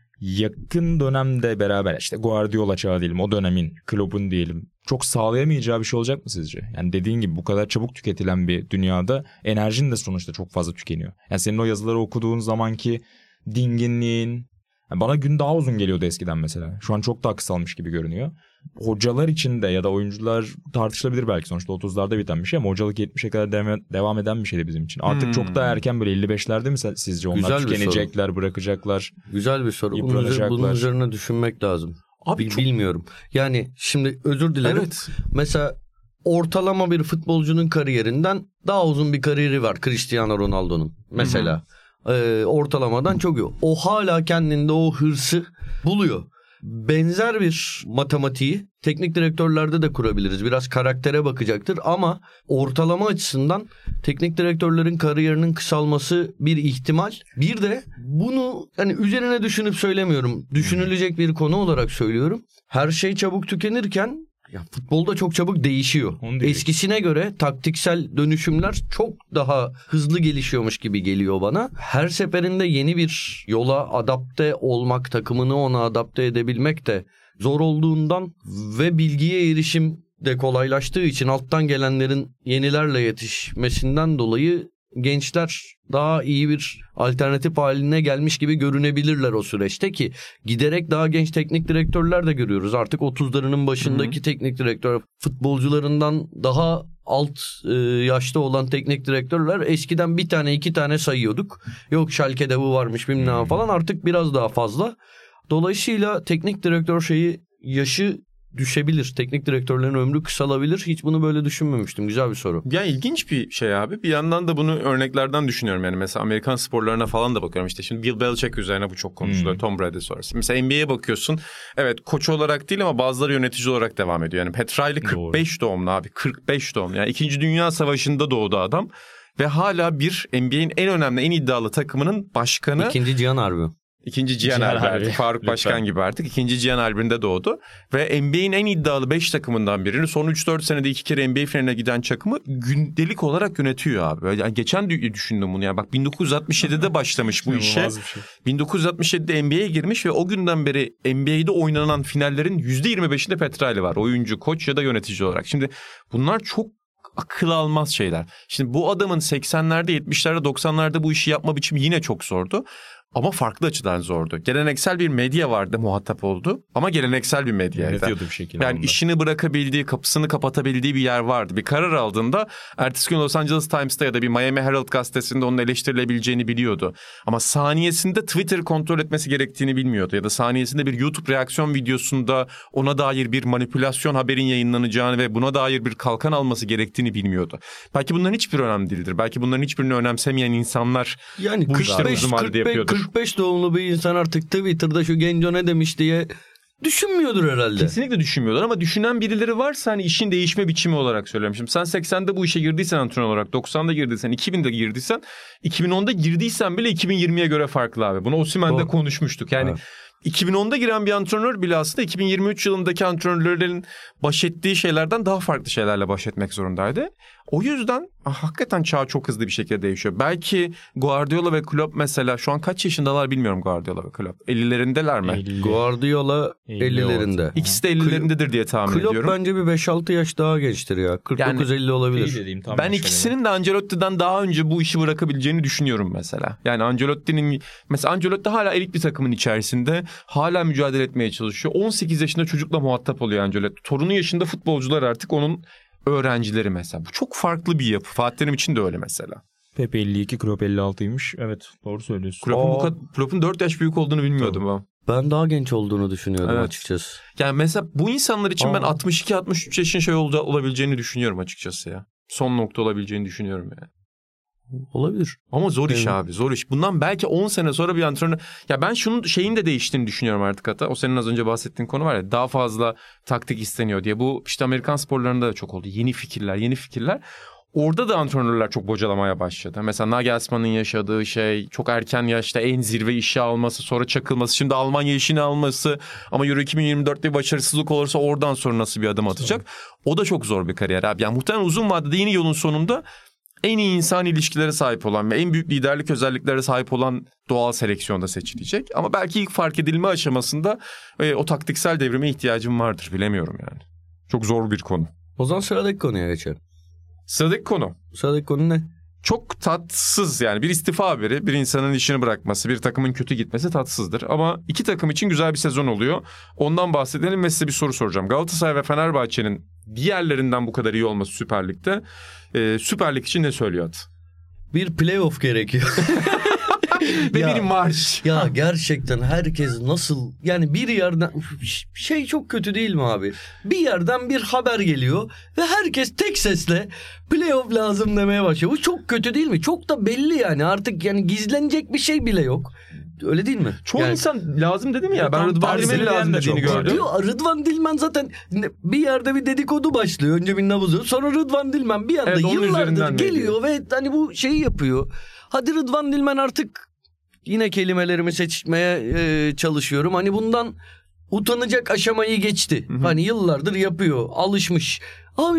yakın dönemde beraber işte Guardiola çağı diyelim, o dönemin Klopp'un diyelim çok sağlayamayacağı bir şey olacak mı sizce? Yani dediğin gibi bu kadar çabuk tüketilen bir dünyada enerjin de sonuçta çok fazla tükeniyor. Yani senin o yazıları okuduğun zamanki dinginliğin, yani bana gün daha uzun geliyordu eskiden mesela. Şu an çok daha kısalmış gibi görünüyor. Hocalar için de ya da oyuncular tartışılabilir belki sonuçta otuzlarda biten bir şey ama hocalık yetmişe kadar devam eden bir şeydi bizim için. Artık hmm. çok daha erken böyle elli beşlerde mi sizce onlar güzel tükenecekler, bırakacaklar? Güzel bir soru. Bunun, üzerine, bunun üzerine düşünmek lazım. Abi Bil, çok... Bilmiyorum. Yani şimdi özür dilerim. Evet. Mesela ortalama bir futbolcunun kariyerinden daha uzun bir kariyeri var Cristiano Ronaldo'nun. Mesela. Hı-hı. Ee, ortalamadan çok iyi. O hala kendinde o hırsı buluyor. benzer bir matematiği teknik direktörlerde de kurabiliriz. Biraz karaktere bakacaktır ama ortalama açısından teknik direktörlerin kariyerinin kısalması bir ihtimal. Bir de bunu hani üzerine düşünüp söylemiyorum. Düşünülecek bir konu olarak söylüyorum. Her şey çabuk tükenirken ya futbolda çok çabuk değişiyor. Eskisine göre taktiksel dönüşümler çok daha hızlı gelişiyormuş gibi geliyor bana. Her seferinde yeni bir yola adapte olmak, takımını ona adapte edebilmek de zor olduğundan ve bilgiye erişim de kolaylaştığı için alttan gelenlerin yenilerle yetişmesinden dolayı gençler daha iyi bir alternatif haline gelmiş gibi görünebilirler o süreçte ki giderek daha genç teknik direktörler de görüyoruz. Artık otuzlarının başındaki Hı-hı. teknik direktör futbolcularından daha alt e, yaşta olan teknik direktörler eskiden bir tane iki tane sayıyorduk. Yok Schalke'de bu varmış bilmem ne falan artık biraz daha fazla. Dolayısıyla teknik direktör şeyi yaşı düşebilir. Teknik direktörlerin ömrü kısalabilir. Hiç bunu böyle düşünmemiştim. Güzel bir soru. Ya ilginç bir şey abi. Bir yandan da bunu örneklerden düşünüyorum. Yani mesela Amerikan sporlarına falan da bakıyorum. İşte şimdi Bill Belichick üzerine bu çok konuşuluyor. Hmm. Tom Brady sonrası. Mesela N B A'ye bakıyorsun. Evet koç olarak değil ama bazıları yönetici olarak devam ediyor. Yani Pat Riley kırk beş Doğru. doğumlu abi. kırk beş doğumlu. Yani İkinci Dünya Savaşı'nda doğdu adam. Ve hala bir N B A'nin en önemli, en iddialı takımının başkanı. İkinci Cihan Harbi. İkinci Cihan Harbi artık. Faruk Lütfen. Başkan gibi artık. İkinci Cihan Harbi'nde doğdu. Ve N B A'nin en iddialı beş takımından birini son üç dört senede iki kere N B A finaline giden takımı gündelik olarak yönetiyor abi. Yani geçen düşündüm bunu. Yani bak bin dokuz yüz altmış yedide başlamış bu işe. Şey. bin dokuz yüz altmış yedide N B A'ye girmiş ve o günden beri N B A'de oynanan finallerin yüzde yirmi beşinde Pat Riley var. Oyuncu, koç ya da yönetici olarak. Şimdi bunlar çok akıl almaz şeyler. Şimdi bu adamın seksenlerde, yetmişlerde, doksanlarda bu işi yapma biçimi yine çok zordu. Ama farklı açıdan zordu. Geleneksel bir medya vardı, muhatap oldu. Ama geleneksel bir medyaydı. Yönetiyordu bir şekilde. Yani onda. işini bırakabildiği, kapısını kapatabildiği bir yer vardı. Bir karar aldığında ertesi gün Los Angeles Times'ta ya da bir Miami Herald gazetesinde onun eleştirilebileceğini biliyordu. Ama saniyesinde Twitter kontrol etmesi gerektiğini bilmiyordu. Ya da saniyesinde bir YouTube reaksiyon videosunda ona dair bir manipülasyon haberin yayınlanacağını ve buna dair bir kalkan alması gerektiğini bilmiyordu. Belki bunların hiçbir önemli değildir. Belki bunların hiçbirini önemsemeyen insanlar yani bu işleri uzun vadede yapıyordur. kırk beş doğumlu bir insan artık Twitter'da şu Genco ne demiş diye düşünmüyordur herhalde. Kesinlikle düşünmüyorlar ama düşünen birileri varsa hani işin değişme biçimi olarak söylüyorum. Şimdi sen seksende bu işe girdiysen antrenör olarak, doksanda girdiysen, iki binde girdiysen, iki bin onda girdiysen bile iki bin yirmiye göre farklı abi. Bunu Osimhen'de konuşmuştuk. Yani evet. iki bin onda giren bir antrenör bile aslında iki bin yirmi üç yılındaki antrenörlerin baş ettiği şeylerden daha farklı şeylerle baş etmek zorundaydı. O yüzden ah, hakikaten çağ çok hızlı bir şekilde değişiyor. Belki Guardiola ve Klopp mesela şu an kaç yaşındalar bilmiyorum Guardiola ve Klopp. ellilerindeler mi? elli. Guardiola ellilerinde. İkisi de ellilerindedir diye tahmin Klopp ediyorum. Klopp bence bir beş altı yaş daha gençtir ya. kırk dokuz elli yani, olabilir. Dediğim, ben ikisinin de Ancelotti'den daha önce bu işi bırakabileceğini düşünüyorum mesela. Yani Ancelotti'nin mesela Ancelotti hala elit bir takımın içerisinde hala mücadele etmeye çalışıyor. on sekiz yaşında çocukla muhatap oluyor Ancelotti. Torunu yaşında futbolcular artık onun öğrencileri mesela. Bu çok farklı bir yapı. Fatih Terim için de öyle mesela. Pep elli iki, Klopp elli altıymış. Evet, doğru söylüyorsun. Klopp'un, Klopp'un dört yaş büyük olduğunu bilmiyordum ben. Ben daha genç olduğunu düşünüyordum evet. açıkçası. Yani mesela bu insanlar için Aa. ben altmış iki altmış üç yaşın şey olabileceğini düşünüyorum açıkçası ya. Son nokta olabileceğini düşünüyorum yani. Olabilir. Ama zor iş evet. abi zor iş. Bundan belki on sene sonra bir antrenör... Ya ben şunun şeyin de değiştiğini düşünüyorum artık hatta. O senin az önce bahsettiğin konu var ya. Daha fazla taktik isteniyor diye. Bu işte Amerikan sporlarında da çok oldu. Yeni fikirler, yeni fikirler. Orada da antrenörler çok bocalamaya başladı. Mesela Nagelsmann'ın yaşadığı şey çok erken yaşta en zirve işi alması, sonra çakılması, şimdi Almanya işini alması ama Euro iki bin yirmi dörtte bir başarısızlık olursa oradan sonra nasıl bir adım atacak? O da çok zor bir kariyer abi. Yani muhtemelen uzun vadede yeni yolun sonunda en iyi insan ilişkilere sahip olan ve en büyük liderlik özelliklere sahip olan doğal seleksiyonda seçilecek. Ama belki ilk fark edilme aşamasında e, o taktiksel devrime ihtiyacım vardır. Bilemiyorum yani. Çok zor bir konu. O zaman sıradaki konuya geçelim. Sıradaki konu. Sıradaki konu ne? Çok tatsız yani bir istifa haberi, bir insanın işini bırakması, bir takımın kötü gitmesi tatsızdır. Ama iki takım için güzel bir sezon oluyor. Ondan bahsedelim ve size bir soru soracağım. Galatasaray ve Fenerbahçe'nin diğerlerinden bu kadar iyi olması Süper Lig'de. Ee, Süper Lig için ne söylüyor At? Bir playoff gerekiyor. Ve ya, bir marş. Ya gerçekten herkes nasıl yani bir yerden şey çok kötü değil mi abi? Bir yerden bir haber geliyor ve herkes tek sesle playoff lazım demeye başlıyor. Bu çok kötü değil mi? Çok da belli yani artık yani gizlenecek bir şey bile yok. Öyle değil mi? Çoğu yani, insan lazım dedi mi ya? Ben tam Rıdvan tersini Dilmen'in lazım diyen de dediğini çok var. gördüm. Diyor, Rıdvan Dilmen zaten bir yerde bir dedikodu başlıyor. Önce bir nabızı. Sonra Rıdvan Dilmen bir anda Evet, onun yıllardır üzerinden geliyor ve hani bu şeyi yapıyor. Hadi Rıdvan Dilmen artık, yine kelimelerimi seçmeye e, çalışıyorum. Hani bundan utanacak aşamayı geçti. Hı hı. Hani yıllardır yapıyor. Alışmış. Abi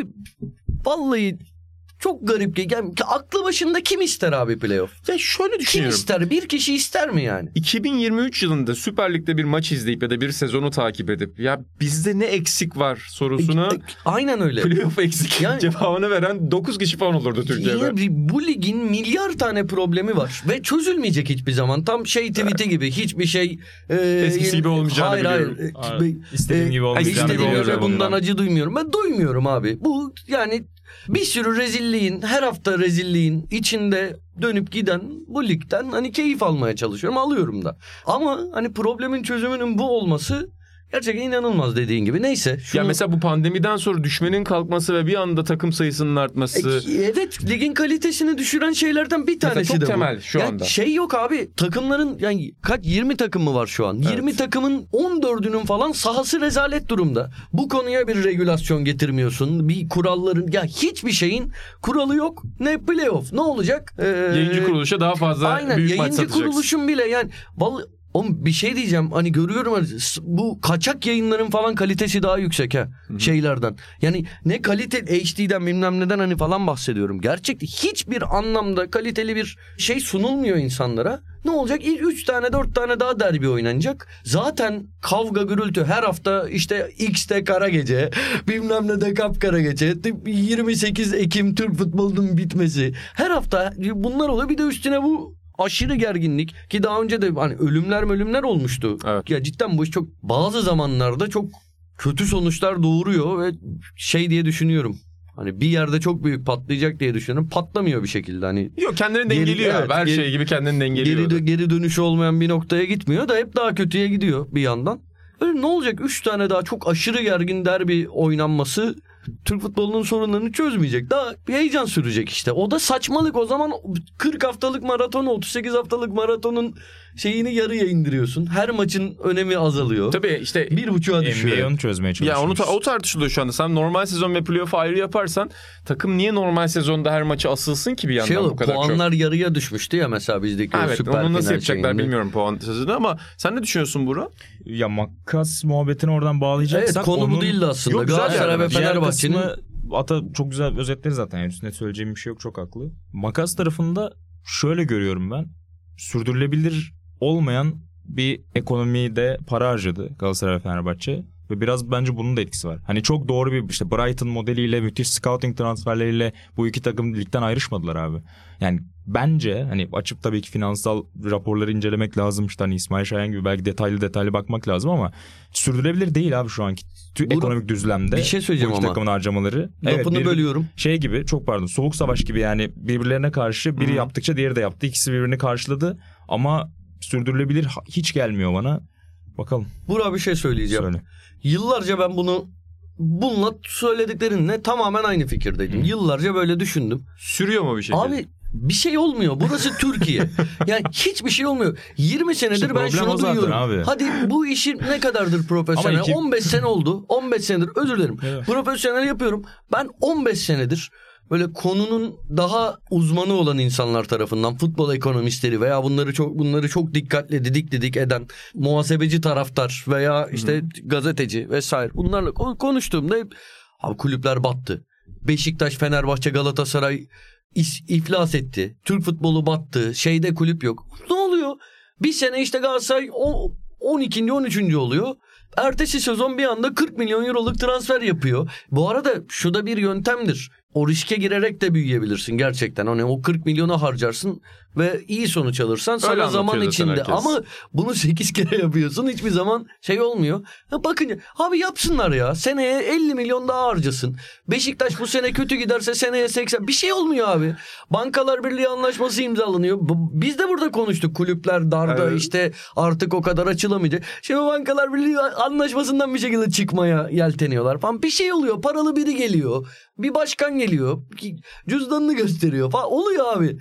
vallahi çok garip. Yani aklı başında kim ister abi playoff? Ya şöyle Kim düşünüyorum. ister? Bir kişi ister mi yani? iki bin yirmi üç yılında Süper Lig'de bir maç izleyip ya da bir sezonu takip edip ya bizde ne eksik var sorusuna E, aynen öyle. playoff eksik Yani- cevabını veren dokuz kişi falan olurdu Türkiye'de. Yine bir- bu ligin milyar tane problemi var ve çözülmeyecek hiçbir zaman. Tam şey tweet'i gibi, hiçbir şey e, Eskisi gibi olmayacağını hayır, biliyorum. Hayır hayır. İstediğim gibi olmayacağını istediğim İstediğim gibi gibi olacak bundan bundan. acı duymuyorum. Ben duymuyorum abi. Bu yani bir sürü rezilliğin, her hafta rezilliğin içinde dönüp giden bu ligden hani keyif almaya çalışıyorum. Alıyorum da. Ama hani problemin çözümünün bu olması gerçekten inanılmaz dediğin gibi. Neyse. Şunu... Ya mesela bu pandemiden sonra düşmenin kalkması ve bir anda takım sayısının artması. E, evet, ligin kalitesini düşüren şeylerden bir tanesi çok de bu. temel şu Yani anda. şey yok abi, takımların yani kaç yirmi takım mı var şu an? Evet. yirmi takımın on dördünün falan sahası rezalet durumda. Bu konuya bir regülasyon getirmiyorsun. Bir kuralların, ya hiçbir şeyin kuralı yok. Ne playoff, ne olacak? Ee, Yayıncı kuruluşa daha fazla aynen, büyük maç yayıncı satacaksın. kuruluşun bile yani vallahi oğlum bir şey diyeceğim, hani görüyorum hani bu kaçak yayınların falan kalitesi daha yüksek ha Hı-hı. şeylerden. Yani ne kalite H D'den bilmem neden hani falan bahsediyorum. Gerçekten hiçbir anlamda kaliteli bir şey sunulmuyor insanlara. Ne olacak? üç tane dört tane daha derbi oynanacak. Zaten kavga gürültü her hafta, işte X'te kara gece, bilmem ne de kapkara gece, yirmi sekiz Ekim Türk futbolunun bitmesi. Her hafta bunlar oluyor, bir de üstüne bu aşırı gerginlik, ki daha önce de hani ölümler ölümler olmuştu. Evet. Ya cidden bu iş çok, bazı zamanlarda çok kötü sonuçlar doğuruyor ve şey diye düşünüyorum. Hani bir yerde çok büyük patlayacak diye düşünüyorum. Patlamıyor bir şekilde hani. Yok, kendini Geri- dengeliyor evet, abi. Her geri- şey gibi kendini dengeliyor. Geri, dö- geri dönüşü olmayan bir noktaya gitmiyor da hep daha kötüye gidiyor bir yandan. Öyle ne olacak? Üç tane daha çok aşırı gergin derbi oynanması Türk futbolunun sorunlarını çözmeyecek. Daha bir heyecan sürecek işte. O da saçmalık. O zaman kırk haftalık maratonu, otuz sekiz haftalık maratonun şeyini yarıya indiriyorsun. Her maçın önemi azalıyor. Tabii işte Bir buçuğa N B A düşüyor. onu çözmeye ya çalışıyor. onu ta- o tartışılıyor şu anda. Sen normal sezon ve playoff ayrı yaparsan takım niye normal sezonda her maçı asılsın ki bir yandan Şey bu olur, kadar çok? puanlar yarıya düşmüştü ya mesela bizdeki o Evet, süper onu nasıl final yapacaklar şeyinde. bilmiyorum puan sezonu, ama sen ne düşünüyorsun Burak? Ya makas muhabbetini oradan bağlayacaksak Evet, konu bu onun... değildi aslında. Yok, güzel Galatasaray yani. ve Diğer Fenerbahçe'nin kısmı Ata çok güzel özetleri zaten. Yani üstüne söyleyeceğim bir şey yok, çok haklı. Makas tarafında şöyle görüyorum ben. Sürdürülebilir olmayan bir ekonomide para harcadı Galatasaray ve Fenerbahçe. Ve biraz bence bunun da etkisi var. Hani çok doğru bir işte Brighton modeliyle, müthiş scouting transferleriyle bu iki takım ligden ayrışmadılar abi. Yani bence hani açıp tabii ki finansal raporları incelemek lazım. İşte hani İsmail Şahin gibi belki detaylı detaylı bakmak lazım ama sürdürülebilir değil abi şu anki tü- Burak, ekonomik düzlemde. bir şey söyleyeceğim bu iki ama. takımın harcamaları. lafını bir- bölüyorum. Şey gibi, çok pardon, soğuk savaş gibi yani birbirlerine karşı biri Hı. yaptıkça diğeri de yaptı. İkisi birbirini karşıladı ama sürdürülebilir ha- hiç gelmiyor bana. Bakalım. Burak, bir şey söyleyeceğim. Söyle. Yıllarca ben bunu bununla söylediklerinle tamamen aynı fikirdeydim. Hı. Yıllarca böyle düşündüm. Sürüyor mu bir şekilde? Abi bir şey olmuyor. Burası Türkiye. Yani hiçbir şey olmuyor. yirmi senedir İşte ben problem şunu o zaten duyuyorum. abi. Hadi bu işi ne kadardır profesyonel? Ama iki- on beş sene oldu. on beş senedir, özür dilerim. Evet. Profesyonel yapıyorum. Ben on beş senedir böyle konunun daha uzmanı olan insanlar tarafından, futbol ekonomistleri veya bunları çok bunları çok dikkatle didik didik eden muhasebeci taraftar veya işte gazeteci vesaire bunlarla ko- konuştuğumda hep abi kulüpler battı. Beşiktaş, Fenerbahçe, Galatasaray is- iflas etti. Türk futbolu battı. Şeyde kulüp yok. Ne oluyor? Bir sene işte Galatasaray o on ikinci on üçüncü oluyor. Ertesi sezon bir anda kırk milyon euroluk transfer yapıyor. Bu arada şu da bir yöntemdir. O riske girerek de büyüyebilirsin gerçekten. Hani o kırk milyona harcarsın ve iyi sonuç alırsan sana anlatıyor zaman zaten içinde. herkes. Ama bunu sekiz kere yapıyorsun. Hiçbir zaman şey olmuyor. Ha, bakınca abi yapsınlar ya. Seneye elli milyon daha harcasın. Beşiktaş bu sene kötü giderse seneye seksen. Bir şey olmuyor abi. Bankalar Birliği anlaşması imzalanıyor. Bu- Biz de burada konuştuk. Kulüpler darda, Evet. işte artık o kadar açılamayacak. Şimdi Bankalar Birliği anlaşmasından bir şekilde çıkmaya yelteniyorlar falan. Bir şey oluyor. Paralı biri geliyor. Bir başkan geliyor. Cüzdanını gösteriyor falan. Oluyor abi.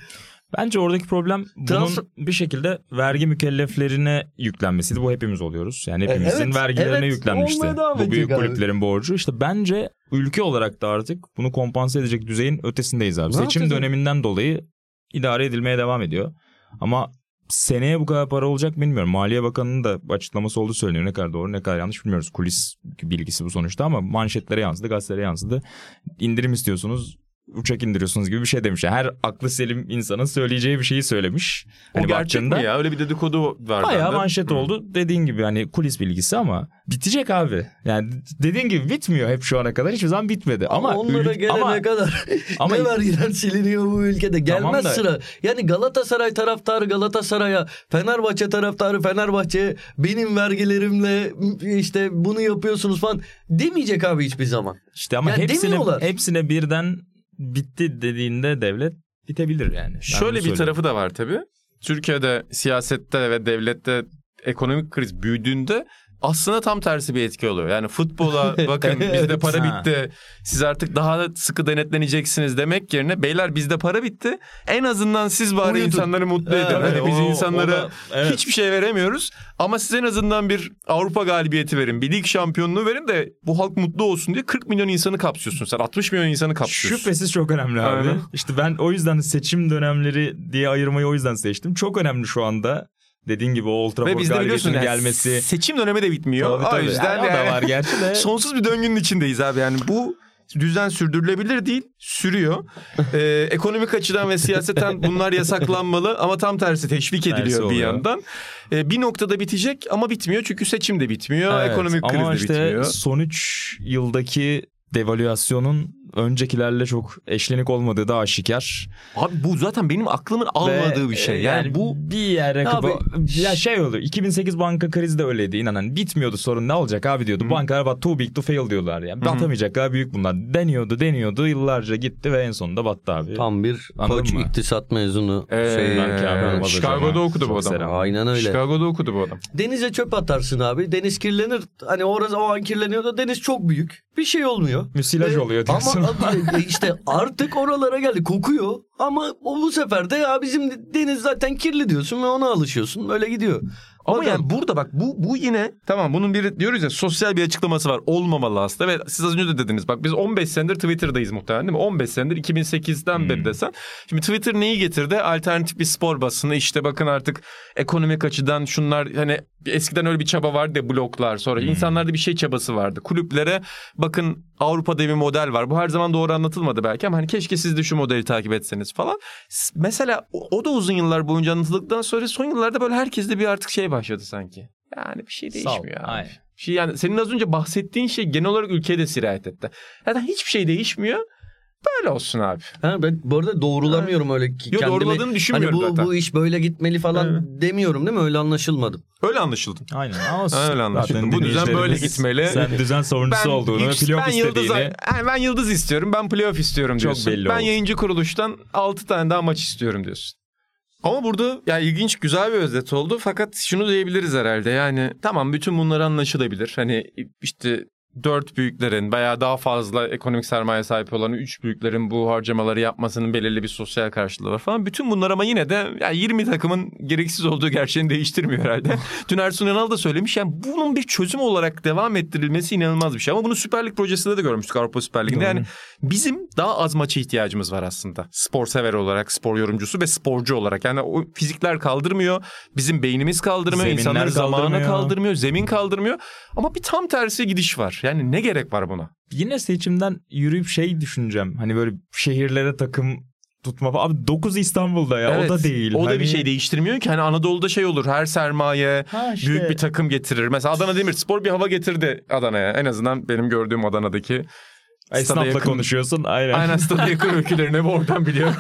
Bence oradaki problem bunun Transfer... bir şekilde vergi mükelleflerine yüklenmesiydi. Bu hepimiz oluyoruz. Yani hepimizin evet, vergilerine evet, yüklenmişti. Bu büyük abi. kulüplerin borcu. İşte bence ülke olarak da artık bunu kompanse edecek düzeyin ötesindeyiz abi. Ne Seçim yapacağız? döneminden dolayı idare edilmeye devam ediyor. Ama seneye bu kadar para olacak mı bilmiyorum. Maliye Bakanı'nın da açıklaması olduğu söyleniyor. Ne kadar doğru ne kadar yanlış bilmiyoruz. Kulis bilgisi bu sonuçta ama manşetlere yansıdı, gazetelere yansıdı. İndirim istiyorsunuz, uçak indiriyorsunuz gibi bir şey demiş. Her aklı selim insanın söyleyeceği bir şeyi söylemiş. O hani gerçek baktığında, mi ya? Öyle bir dedikodu var. bayağı bende. manşet Hı. oldu. Dediğin gibi hani kulis bilgisi ama bitecek abi. Yani dediğin gibi bitmiyor hep şu ana kadar. Hiçbir zaman bitmedi. Ama, Ama onlara ül- gelene ama, kadar ama ne vergiler siliniyor bu ülkede. Gelmez Tamam da- sıra. Yani Galatasaray taraftarı Galatasaray'a, Fenerbahçe taraftarı Fenerbahçe'ye benim vergilerimle işte bunu yapıyorsunuz falan demeyecek abi hiçbir zaman. işte ama Ya hepsine, demiyorlar. hepsine birden bitti dediğinde devlet bitebilir yani. Ben Şöyle bunu bir söyleyeyim. tarafı da var tabii. Türkiye'de siyasette ve devlette ekonomik kriz büyüdüğünde aslında tam tersi bir etki oluyor. Yani futbola bakın bizde para Ha. bitti. Siz artık daha sıkı denetleneceksiniz demek yerine beyler bizde para bitti. En azından siz bari Uyutun. insanları mutlu edin. Evet, Hani biz o- insanlara o da- evet. hiçbir şey veremiyoruz. Ama siz en azından bir Avrupa galibiyeti verin. Bir lig şampiyonluğu verin de bu halk mutlu olsun diye kırk milyon insanı kapsıyorsun sen. altmış milyon insanı kapsıyorsun. Şüphesiz çok önemli abi. Aynen. İşte ben o yüzden seçim dönemleri diye ayırmayı o yüzden seçtim. Çok önemli şu anda. Dediğin gibi o Old Ve Trafford bizde biliyorsun galibiyetinin yani gelmesi. seçim dönemi de bitmiyor. Tabii, tabii. O yüzden Yani o da yani var gerçi de. sonsuz bir döngünün içindeyiz abi. Yani bu düzen sürdürülebilir değil, sürüyor. Ee, ekonomik açıdan ve siyaseten bunlar yasaklanmalı ama tam tersi teşvik Tersi ediliyor bir oluyor. yandan. Ee, bir noktada bitecek ama bitmiyor çünkü seçim de bitmiyor, Evet, ekonomik kriz ama de işte bitmiyor. son üç yıldaki devalüasyonun öncekilerle çok eşlenik olmadığı da aşikar. Abi bu zaten benim aklımın almadığı Ve, bir şey. e, Yani, bu bir yere Abi, ya şey oldu. iki bin sekiz banka krizi de öyleydi inanan. Bitmiyordu sorun, ne olacak abi diyordu. Hı. Bankalar bak too big to fail diyorlar ya. Hı. Batamayacaklar, büyük bunlar. Deniyordu deniyordu yıllarca gitti ve en sonunda battı abi. Tam bir Anladın koç mı? iktisat mezunu. Ee, şey, ben Kabe yani. Ramazan Chicago'da hocama okudu bu çok adam. selam. Aynen öyle. Chicago'da okudu bu adam. Denize çöp atarsın abi. Deniz kirlenir. Hani orası o an kirleniyor da deniz çok büyük. Bir şey olmuyor. Müsilaj Ve- oluyor diyorsun. Ama abi, işte artık oralara geldi. Kokuyor. Ama o bu sefer de ya bizim deniz zaten kirli diyorsun ve ona alışıyorsun. Öyle gidiyor. Ama Bakalım. yani burada bak bu bu yine tamam bunun bir diyoruz ya sosyal bir açıklaması var. Olmamalı aslında ve siz az önce de dediniz. Bak biz on beş senedir Twitter'dayız muhtemelen değil mi? on beş senedir iki bin sekizden Hmm. beri desen. Şimdi Twitter neyi getirdi? Alternatif bir spor basını işte bakın artık ekonomik açıdan şunlar hani eskiden öyle bir çaba vardı ya bloglar sonra Hmm. insanlarda bir şey çabası vardı. Kulüplere bakın Avrupa'da bir model var. Bu her zaman doğru anlatılmadı belki ama hani keşke siz de şu modeli takip etseniz falan. S- Mesela o, o da uzun yıllar boyunca anlatıldıktan sonra son yıllarda böyle herkeste bir artık şey başladı sanki. Yani bir şey değişmiyor abi. Aynen. Bir şey yani senin az önce bahsettiğin şey genel olarak ülkeye de sirayet etti. Zaten hiçbir şey değişmiyor. Böyle olsun abi. Ha, ben bu arada doğrulamıyorum öyle ki Yo, kendimi. doğruladığını düşünmüyorum hani bu, zaten. bu iş böyle gitmeli falan Evet. demiyorum değil mi? Öyle anlaşılmadım. Öyle anlaşıldı. Aynen ama Öyle anlaşıldı. zaten Bu düzen böyle dinleyicilerimiz gitmeli. Sen düzen savunucusu olduğunu ve yüks- playoff ben yıldız, istediğini. yani ben yıldız istiyorum. Ben playoff istiyorum Çok diyorsun. belli ben oldu. yayıncı kuruluştan altı tane daha maç istiyorum diyorsun. Ama burada yani ilginç güzel bir özet oldu. Fakat şunu diyebiliriz herhalde. Yani tamam bütün bunlar anlaşılabilir. Hani işte dört büyüklerin veya daha fazla ekonomik sermaye sahip olan üç büyüklerin bu harcamaları yapmasının belirli bir sosyal karşılığı var falan. Bütün bunlar ama yine de yani yirmi takımın gereksiz olduğu gerçeğini değiştirmiyor herhalde. Dün Ersun Yanal da söylemiş yani bunun bir çözüm olarak devam ettirilmesi inanılmaz bir şey. Ama bunu Süper Lig projesinde de görmüştük Avrupa Süper Ligi'nde. Yani bizim daha az maça ihtiyacımız var aslında. Spor sever olarak, spor yorumcusu ve sporcu olarak. Yani o fizikler kaldırmıyor. Bizim beynimiz kaldırmıyor. Zeminler insanların zamanı kaldırmıyor. kaldırmıyor. Zemin kaldırmıyor. Ama bir tam tersi gidiş var. Yani ne gerek var buna? Yine seçimden yürüyüp şey düşüneceğim. Hani böyle şehirlere takım tutma falan. Abi dokuz İstanbul'da ya Evet, o da değil. O da Hani- bir şey değiştirmiyor ki. Hani Anadolu'da şey olur. Her sermaye Ha işte. büyük bir takım getirir. Mesela Adana Demirspor bir hava getirdi Adana'ya. En azından benim gördüğüm Adana'daki stada Esnafla yakın- konuşuyorsun. Aynen. Aynen stada yakın ülkelerini hep oradan biliyorum.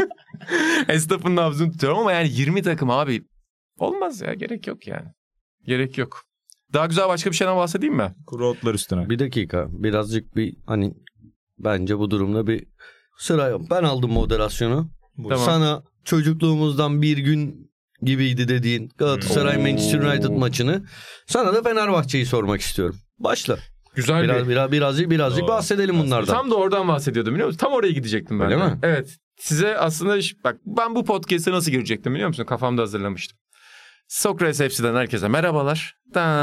Esnafın nabzını tutuyorum ama yani yirmi takım abi. Olmaz ya, gerek yok yani. Gerek yok. Daha güzel başka bir şeyden bahsedeyim mi? Kuru otlar üstüne. Bir dakika birazcık bir hani bence bu durumda bir sıra yok. Ben aldım moderasyonu. Tamam. Sana çocukluğumuzdan bir gün gibiydi dediğin Galatasaray Oo. Manchester United maçını. Sana da Fenerbahçe'yi sormak istiyorum. Başla. Güzel Biraz bir... biraz birazcık birazcık Doğru. bahsedelim bunlardan. Tam da oradan bahsediyordum biliyor musun? Tam oraya gidecektim ben Öyle de. mi? Evet. size aslında bak ben bu podcast'e nasıl girecektim biliyor musun? Kafamda hazırlamıştım. Sokrates F C'den herkese merhabalar.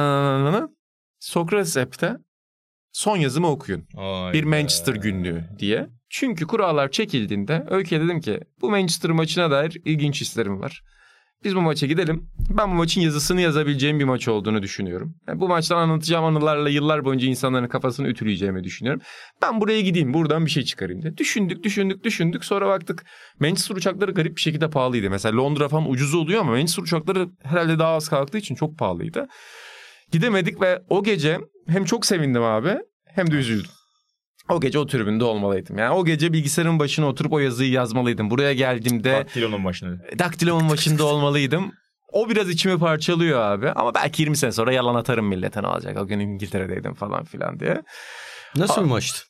Sokrates App'te son yazımı okuyun. Ay bir be. Manchester günlüğü diye. Çünkü kurallar çekildiğinde Öykü'ye dedim ki bu Manchester maçına dair ilginç hislerim var. Biz bu maça gidelim. Ben bu maçın yazısını yazabileceğim bir maç olduğunu düşünüyorum. Yani bu maçtan anlatacağım anılarla yıllar boyunca insanların kafasını ütüleyeceğimi düşünüyorum. Ben buraya gideyim, buradan bir şey çıkarayım diye. Düşündük, düşündük, düşündük. Sonra baktık Manchester uçakları garip bir şekilde pahalıydı. Mesela Londra falan ucuz oluyor ama Manchester uçakları herhalde daha az kalktığı için çok pahalıydı. Gidemedik ve o gece hem çok sevindim abi hem de üzüldüm. O gece o tribünde olmalıydım. Yani o gece bilgisayarın başına oturup o yazıyı yazmalıydım. Buraya geldiğimde Daktilonun başına. daktilonun başında olmalıydım. O biraz içimi parçalıyor abi. Ama belki yirmi sene sonra yalan atarım millete ne olacak. O gün İngiltere'deydim falan filan diye. Nasıl A- bir maçtı?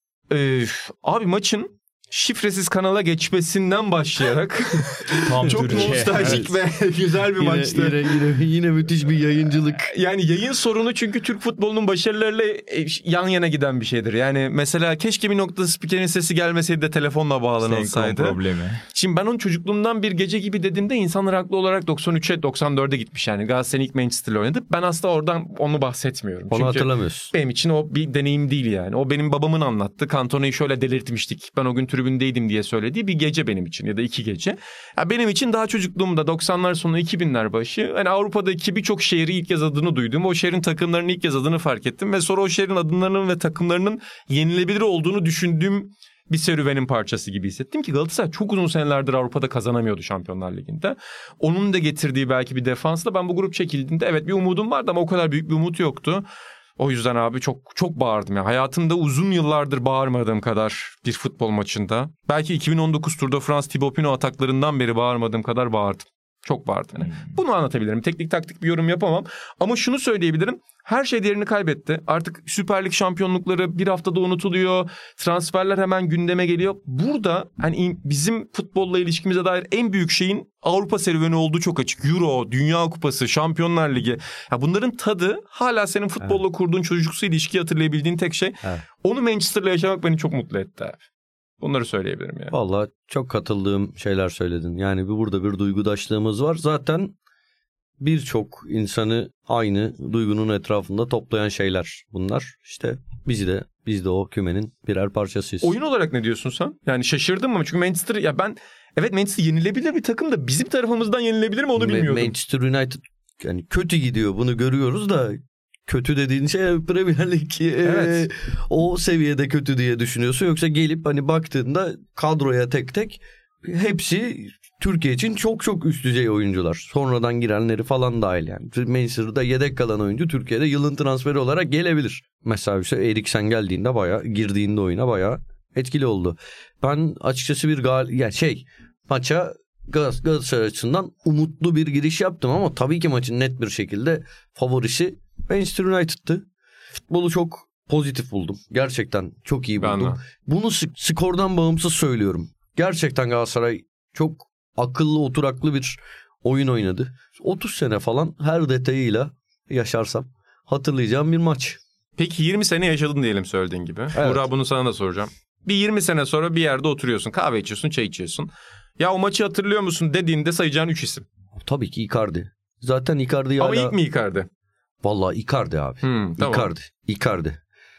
Ee, abi maçın şifresiz kanala geçmesinden başlayarak Tam çok Türkiye. nostaljik ve güzel bir Yine, maçtı. yine, yine, yine müthiş bir yayıncılık. Yani yayın sorunu çünkü Türk futbolunun başarılarıyla yan yana giden bir şeydir. Yani mesela keşke bir noktada spikerin sesi gelmeseydi de telefonla bağlanılsaydı. Senkron problemi. Şimdi ben onun çocukluğumdan bir gece gibi dediğimde insanlar haklı olarak doksan üçe doksan dörde gitmiş yani. Galatasaray'ın ilk Manchester'la oynadı. Ben aslında oradan onu bahsetmiyorum. Onu Çünkü hatırlamıyorsun. benim için o bir deneyim değil yani. O benim babamın anlattı. Cantona'yı şöyle delirtmiştik. Ben o gün tribündeydim diye söylediği bir gece benim için ya da iki gece. Ya benim için daha çocukluğumda doksanlar sonu iki binler başı hani Avrupa'daki birçok şehri ilk kez adını duydum. O şehrin takımlarının ilk kez adını fark ettim ve sonra o şehrin adlarının ve takımlarının yenilebilir olduğunu düşündüğüm bir serüvenin parçası gibi hissettim ki Galatasaray çok uzun senelerdir Avrupa'da kazanamıyordu Şampiyonlar Ligi'nde. Onun da getirdiği belki bir defansla ben bu grup çekildiğinde evet bir umudum vardı ama o kadar büyük bir umut yoktu. O yüzden abi çok çok bağırdım ya. Hayatımda uzun yıllardır bağırmadığım kadar bir futbol maçında. Belki iki bin on dokuz Tour de France Thibaut Pinot ataklarından beri bağırmadığım kadar bağırdım. Çok bağırdım. Yani bunu anlatabilirim. Teknik taktik bir yorum yapamam. Ama şunu söyleyebilirim. Her şey değerini kaybetti. Artık Süper Lig şampiyonlukları bir haftada unutuluyor. Transferler hemen gündeme geliyor. Burada hani bizim futbolla ilişkimize dair en büyük şeyin Avrupa serüveni olduğu çok açık. Euro, Dünya Kupası, Şampiyonlar Ligi. Ya bunların tadı hala senin futbolla evet. kurduğun çocuksu ilişkiyi hatırlayabildiğin tek şey. Evet. Onu Manchester'la yaşamak beni çok mutlu etti abi. Bunları söyleyebilirim yani. Vallahi çok katıldığım şeyler söyledin. Yani burada bir duygudaşlığımız var. Zaten birçok insanı aynı duygunun etrafında toplayan şeyler bunlar. İşte biz de biz de o kümenin birer parçasıyız. Oyun olarak ne diyorsun sen? Yani şaşırdın mı? Çünkü Manchester ya ben evet Manchester yenilebilir bir takım da bizim tarafımızdan yenilebilir mi onu bilmiyordum. Manchester United yani kötü gidiyor bunu görüyoruz da kötü dediğin şey Premier Lig evet. e, o seviyede kötü diye düşünüyorsun. Yoksa gelip hani baktığında kadroya tek tek hepsi Türkiye için çok çok üst düzey oyuncular. Sonradan girenleri falan dahil yani. Manchester'da yedek kalan oyuncu Türkiye'de yılın transferi olarak gelebilir. Mesela işte Eriksen geldiğinde bayağı girdiğinde oyuna bayağı etkili oldu. Ben açıkçası bir gal yani şey maça Galatasaray açısından umutlu bir giriş yaptım ama tabii ki maçın net bir şekilde favorisi Manchester United'tı. Futbolu çok pozitif buldum. Gerçekten çok iyi buldum. Bunu skordan bağımsız söylüyorum. Gerçekten Galatasaray çok akıllı oturaklı bir oyun oynadı. otuz sene falan her detayıyla yaşarsam hatırlayacağım bir maç. Peki yirmi sene yaşadın diyelim söylediğin gibi. Evet. Burak bunu sana da soracağım. Bir yirmi sene sonra bir yerde oturuyorsun. Kahve içiyorsun, çay içiyorsun. Ya o maçı hatırlıyor musun dediğinde sayacağın üç isim. Tabii ki Icardi. Zaten Icardi'yi Ama hala... ilk mi Icardi? Vallahi Icardi abi. Hmm, tamam. Icardi. Icardi.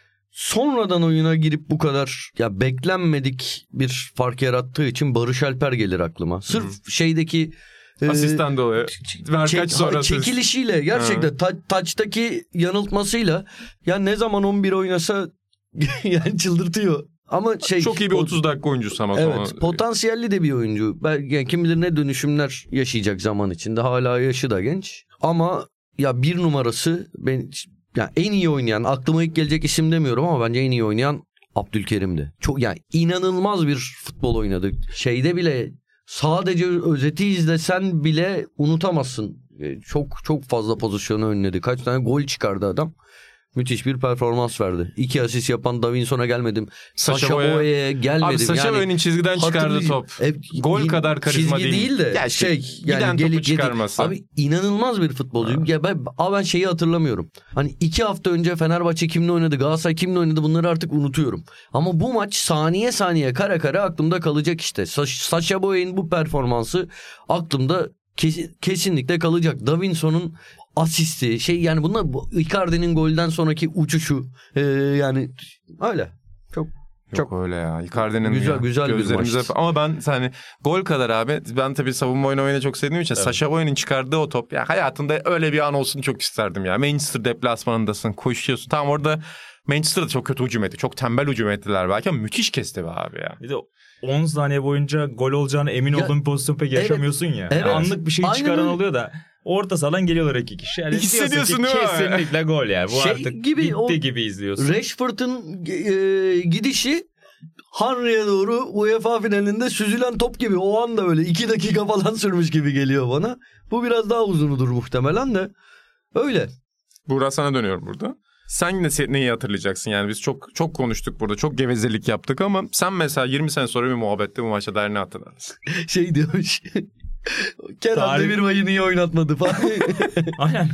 Sonradan oyuna girip bu kadar ya beklenmedik bir fark yarattığı için Barış Alper gelir aklıma. Sırf hmm. şeydeki asistan e, dolayı. Çek, çekilişiyle gerçekten ta, taçtaki yanıltmasıyla ya ne zaman on bir oynasa yani çıldırtıyor. Ama şey çok iyi bir otuz dakika oyuncusu ama. Evet, sonra... potansiyelli de bir oyuncu. Belki yani kim bilir ne dönüşümler yaşayacak zaman içinde. Hala yaşı da genç. Ama ya bir numarası ben yani en iyi oynayan, aklıma ilk gelecek isim demiyorum ama bence en iyi oynayan Abdülkerim'di. Çok yani inanılmaz bir futbol oynadı. Şeyde bile sadece özeti izlesen bile unutamazsın. Çok çok fazla pozisyonu önledi. Kaç tane gol çıkardı adam. Müthiş bir performans verdi. İki asist yapan Davinson'a gelmedim. Sacha Sacha Boey'e gelmedim. Abi Sacha yani, Boey'nin çizgiden çıkardığı top. E, Gol kadar karizma çizgi değil. değil de Ya şey giden yani topu gelip çıkarması. Abi inanılmaz bir futbolcu. Ya ben, ama ben şeyi hatırlamıyorum. Hani iki hafta önce Fenerbahçe kimle oynadı, Galatasaray kimle oynadı, bunları artık unutuyorum. Ama bu maç saniye saniye kare kare aklımda kalacak işte. Sacha Boey'in bu performansı aklımda Kesin, kesinlikle kalacak. Davinson'un asisti şey yani bunlar Icardi'nin golden sonraki uçuşu ee, yani öyle çok Çok çok öyle ya. Icardi'nin güzel ya, güzel bir maç. Ama ben hani gol kadar abi ben tabii savunma oyunu oyunu çok sevdiğim için evet. Sacha Boey'nin çıkardığı o top ya hayatımda öyle bir an olsun çok isterdim ya. Manchester deplasmanındasın, koşuyorsun. Tam orada Manchester'da çok kötü hücum etti. Çok tembel hücum ettiler belki ama müthiş kesti be abi ya. Bir de on saniye boyunca gol olacağına emin ya, olduğun bir pozisyon pek yaşamıyorsun evet, ya. Evet. Anlık bir şey Aynen çıkaran öyle. Oluyor da orta sahadan geliyorlar iki kişi. Yani hissediyorsun değil mi? Kesinlikle gol yani. Bu şey artık gibi, gitti o gibi izliyorsun. Rashford'un e, gidişi Henry'e doğru U E F A finalinde süzülen top gibi. O anda böyle iki dakika falan sürmüş gibi geliyor bana. Bu biraz daha uzunudur muhtemelen de. Öyle. Burak sana dönüyorum burada. Sen yine neyi hatırlayacaksın? Yani biz çok çok konuştuk burada. Çok gevezelik yaptık ama sen mesela yirmi sene sonra bir muhabbette bu maça dair ne hatırlarsın? Şey diyormuş. Kerem Tarih... Demirbay'ı niye oynatmadı falan. Aynen.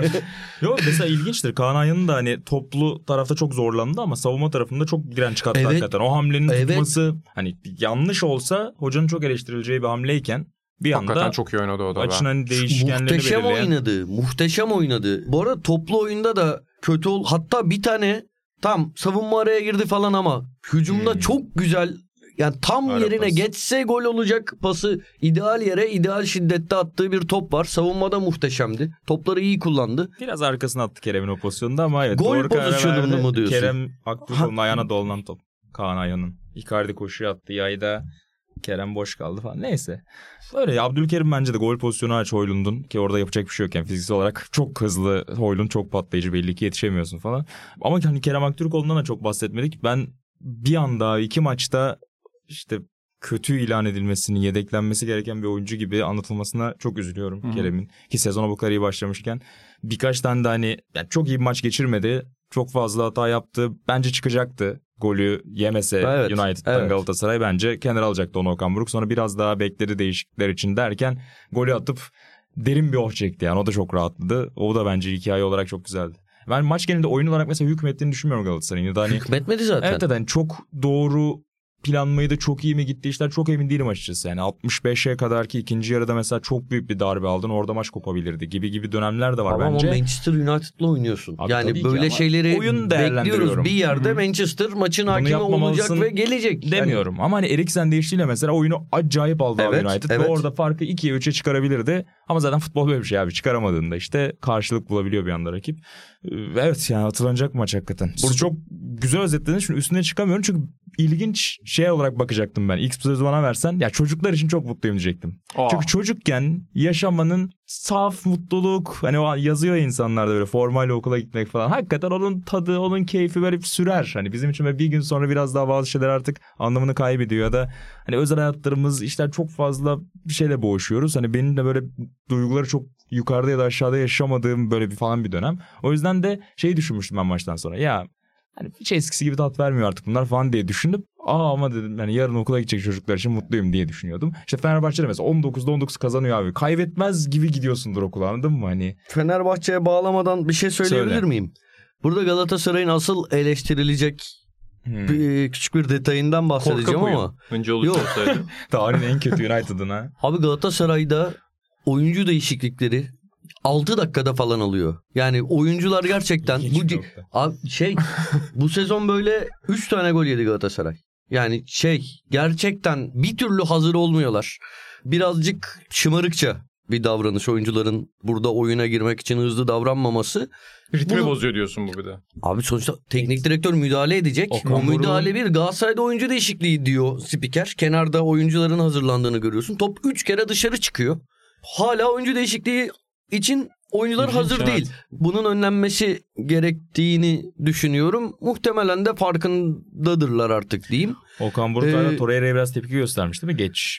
Yok mesela ilginçtir. Kaan Ayhan'ın da hani toplu tarafta çok zorlandı ama savunma tarafında çok direnç kattı evet. hakikaten. O hamlenin evet. tutması hani yanlış olsa hocanın çok eleştirileceği bir hamleyken bir anda hakikaten çok iyi oynadı o da. Maçın hani değişkenlerini muhteşem belirleyen. oynadı. Muhteşem oynadı. Bu arada toplu oyunda da kötü ol. Hatta bir tane tam savunma araya girdi falan ama hücumda hmm. çok güzel yani tam Ara yerine pas. Geçse gol olacak pası ideal yere ideal şiddette attığı bir top var. Savunmada muhteşemdi. Topları iyi kullandı. Biraz arkasına attı Kerem'in o pozisyonda ama evet. Gol pozisyonunu mu diyorsun? Kerem Aktürkoğlu'nun ayağına dolanan top. Kaan Ayhan'ın. Icardi koşuya attı yayda. Kerem boş kaldı falan. Neyse. Öyle ya. Abdülkerim bence de gol pozisyonu aç Højlund'un ki orada yapacak bir şey yok. Yani fiziksel olarak çok hızlı Højlund çok patlayıcı belli ki yetişemiyorsun falan. Ama hani Kerem Aktürkoğlu'ndan da çok bahsetmedik. Ben bir anda iki maçta işte kötü ilan edilmesini, yedeklenmesi gereken bir oyuncu gibi anlatılmasına çok üzülüyorum Hı-hı. Kerem'in. Ki sezona bu kadar iyi başlamışken birkaç tane de hani yani çok iyi bir maç geçirmedi. Çok fazla hata yaptı. Bence çıkacaktı. Golü yemese evet, United'dan evet. Galatasaray bence kenar alacaktı onu Okan Buruk. Sonra biraz daha bekledi değişiklikler için derken golü atıp derin bir oh çekti. Yani o da çok rahatladı. O da bence hikaye olarak çok güzeldi. Ben maç genelinde oyun olarak mesela hükmettiğini düşünmüyorum Galatasaray'ın. Hani, hükmetmedi zaten. Evet yani çok doğru planmayı da çok iyi mi gitti işler çok emin değilim açıkçası. Yani altmış beşe kadar ki ikinci yarıda mesela çok büyük bir darbe aldın orada maç kopabilirdi gibi gibi dönemler de var ama bence. Ama Manchester United'la oynuyorsun. Abi yani böyle şeyleri oyun bekliyoruz. Bir yerde Hı-hı. Manchester maçın hakimi olacak ve gelecek. Demiyorum yani. Ama hani Eriksen değiştiğiyle mesela oyunu acayip aldı evet, United. Evet. Ve orada farkı ikiye üçe çıkarabilirdi. Ama zaten futbol böyle bir şey abi çıkaramadığında işte karşılık bulabiliyor bir anda rakip. Evet yani hatırlanacak maç hakikaten. Burada çok güzel özetledin. Şimdi üstüne çıkamıyorum çünkü ilginç şey olarak bakacaktım ben. İlk sözü bana versen ya çocuklar için çok mutluyum diyecektim. Aa. Çünkü çocukken yaşamanın saf mutluluk hani o yazıyor insanlarda böyle formayla okula gitmek falan. Hakikaten onun tadı, onun keyfi böyle sürer. Hani bizim için böyle bir gün sonra biraz daha bazı şeyler artık anlamını kaybediyor ya da hani özel hayatlarımız işler çok fazla bir şeyle boğuşuyoruz. Hani benim de böyle duyguları çok yukarıda ya da aşağıda yaşamadığım böyle bir falan bir dönem. O yüzden de şeyi düşünmüştüm ben maçtan sonra. Ya hani hiç eskisi gibi tat vermiyor artık bunlar falan diye düşündüm. Aa ama dedim yani yarın okula gidecek çocuklar için mutluyum diye düşünüyordum. İşte Fenerbahçe'de mesela on dokuzda on dokuz kazanıyor abi. Kaybetmez gibi gidiyorsundur okula anladın mı hani? Fenerbahçe'ye bağlamadan bir şey söyleyebilir Söyle. miyim? Burada Galatasaray'ın asıl eleştirilecek hmm. bir, küçük bir detayından bahsedeceğim Korka ama. Önce olursa Tarihin en kötü United'ın ha. Abi Galatasaray'da oyuncu değişiklikleri altı dakikada falan alıyor. Yani oyuncular gerçekten bu abi şey bu sezon böyle üç tane gol yedi Galatasaray. Yani şey gerçekten bir türlü hazır olmuyorlar. Birazcık şımarıkça bir davranış oyuncuların burada oyuna girmek için hızlı davranmaması. Ritmi Bunu... bozuyor diyorsun bu bir de. Abi sonuçta teknik direktör müdahale edecek. Okan o müdahale bir Galatasaray'da oyuncu değişikliği diyor spiker. Kenarda oyuncuların hazırlandığını görüyorsun. Top üç kere dışarı çıkıyor. Hala oyuncu değişikliği için oyuncular İlginç, hazır evet. değil. Bunun önlenmesi gerektiğini düşünüyorum. Muhtemelen de farkındadırlar artık diyeyim. Okan Buruk ee, Torreira'ya biraz tepki göstermiş değil mi? Geç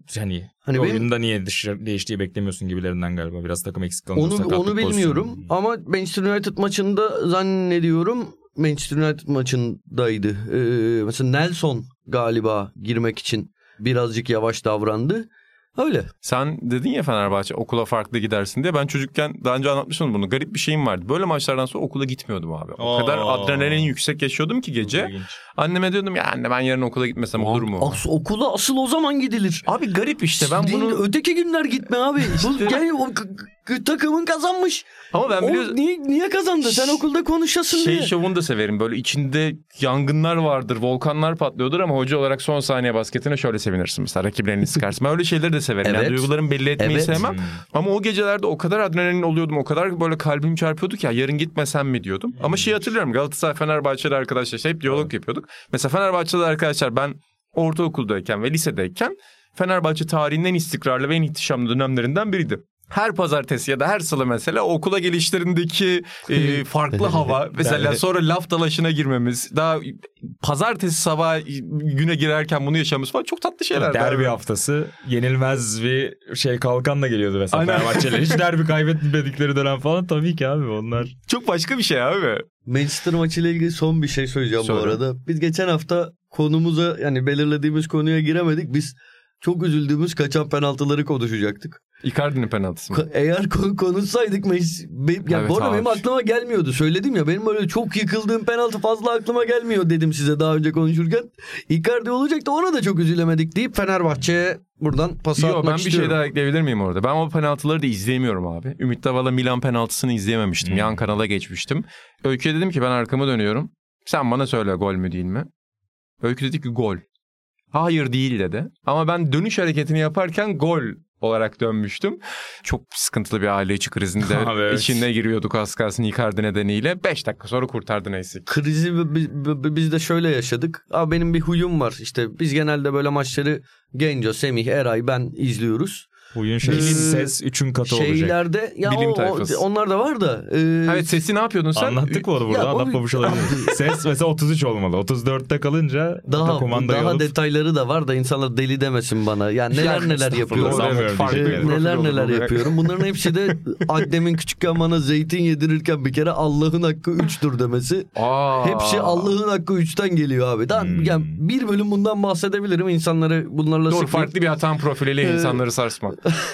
hani, Hani benim- oyunda niye dışarı değiştiği beklemiyorsun gibilerinden galiba. Biraz takım eksik kalınca Onu sakatlık onu bilmiyorum pozisyonu. ama Manchester United maçında zannediyorum Manchester United maçındaydı. Ee, mesela Nelson galiba girmek için birazcık yavaş davrandı. Öyle. Sen dedin ya Fenerbahçe okula farklı gidersin diye. Ben çocukken daha önce anlatmıştım bunu. Garip bir şeyim vardı. Böyle maçlardan sonra okula gitmiyordum abi. O Aa. kadar adrenalin yüksek yaşıyordum ki gece. İlginç. Anneme diyordum ya anne ben yarın okula gitmesem olur mu? As, okula asıl o zaman gidilir. Abi garip işte ben Değil, bunu... öteki günler gitme abi. Bu, yani, o, k- k- takımın kazanmış. Ama ben O, biliyorsun... niye, niye kazandı? Sen okulda konuşasın Şey diye. şovunu da severim. Böyle içinde yangınlar vardır, volkanlar patlıyordur ama hoca olarak son saniye basketine şöyle sevinirsin mesela. Rakiplerini sıkarsın. Ben öyle şeyleri de severim. Evet. Yani duygularımı belli etmeyi Evet. sevmem. Hmm. Ama o gecelerde o kadar adrenalin oluyordum. O kadar böyle kalbim çarpıyordu ki ya yarın gitmesem mi diyordum. Ama şeyi hatırlıyorum. Galatasaray Fenerbahçe'de arkadaşlar işte hep diyalog yapıyorduk. Mesela Fenerbahçe'de arkadaşlar ben ortaokuldayken ve lisedeyken Fenerbahçe tarihinin en istikrarlı ve en ihtişamlı dönemlerinden biriydi. Her pazartesi ya da her salı mesela okula gelişlerindeki e, farklı hava. Mesela sonra laf dalaşına girmemiz. Daha pazartesi sabah güne girerken bunu yaşamamız falan çok tatlı şeyler. Derbi haftası yenilmez bir şey kalkanla geliyordu mesela Aynen. Fenerbahçe'yle. Hiç derbi kaybetmedikleri dönem falan tabii ki abi onlar. Çok başka bir şey abi. Manchester maçıyla ilgili son bir şey söyleyeceğim Söyle. bu arada. Biz geçen hafta konumuza yani belirlediğimiz konuya giremedik. Biz çok üzüldüğümüz kaçan penaltıları konuşacaktık. Icardi'nin penaltısı mı? Ko- Eğer konu konuşsaydık meclis... Be- ya Evet bu arada abi. benim aklıma gelmiyordu. Söyledim ya benim böyle çok yıkıldığım penaltı fazla aklıma gelmiyor dedim size daha önce konuşurken. Icardi olacaktı ona da çok üzülemedik deyip Fenerbahçe'ye buradan pası Yo, atmak ben bir istiyorum. şey daha ekleyebilir miyim orada? Ben o penaltıları da izleyemiyorum abi. Ümit Davala Milan penaltısını izleyememiştim. Hmm. Yan kanala geçmiştim. Öykü'ye dedim ki ben arkamı dönüyorum. Sen bana söyle gol mü değil mi? Öykü dedi ki gol. Hayır değil dedi. Ama ben dönüş hareketini yaparken gol olarak dönmüştüm. Çok sıkıntılı bir aile içi krizinde Evet. içine giriyorduk az kalsın Icardi nedeniyle. beş dakika sonra kurtardı neyse. Krizi bi- bi- bi- biz de şöyle yaşadık. Abi benim bir huyum var. İşte biz genelde böyle maçları Genco, Semih, Eray, ben izliyoruz. Oyun şey Ee, ses üçün katı olacak. Şeylerde ya Bilim o, o- tayfası. onlar da var da. e, Evet sesi ne yapıyordun sen? Anlattık mı onu burada? Ya o- Anlatmamış olabilir. Ses mesela otuz üç olmalı. otuz dörtte kalınca daha kumandayı daha alıp... detayları da var da insanlar deli demesin bana. Yani neler neler yapıyorum. Sanmıyorum Evet, farklı diyecek bir yani. Ee, profil neler olur neler bu. yapıyorum. Bunların hepsi de annemin küçükken bana zeytin yedirirken bir kere Allah'ın hakkı üçtür demesi. Aa. Hepsi Allah'ın hakkı üçten geliyor abi. Daha, Hmm. yani bir bölüm bundan bahsedebilirim. İnsanları bunlarla Doğru sıkmayayım. farklı bir atan profiliyle Ee, insanları sarsmak.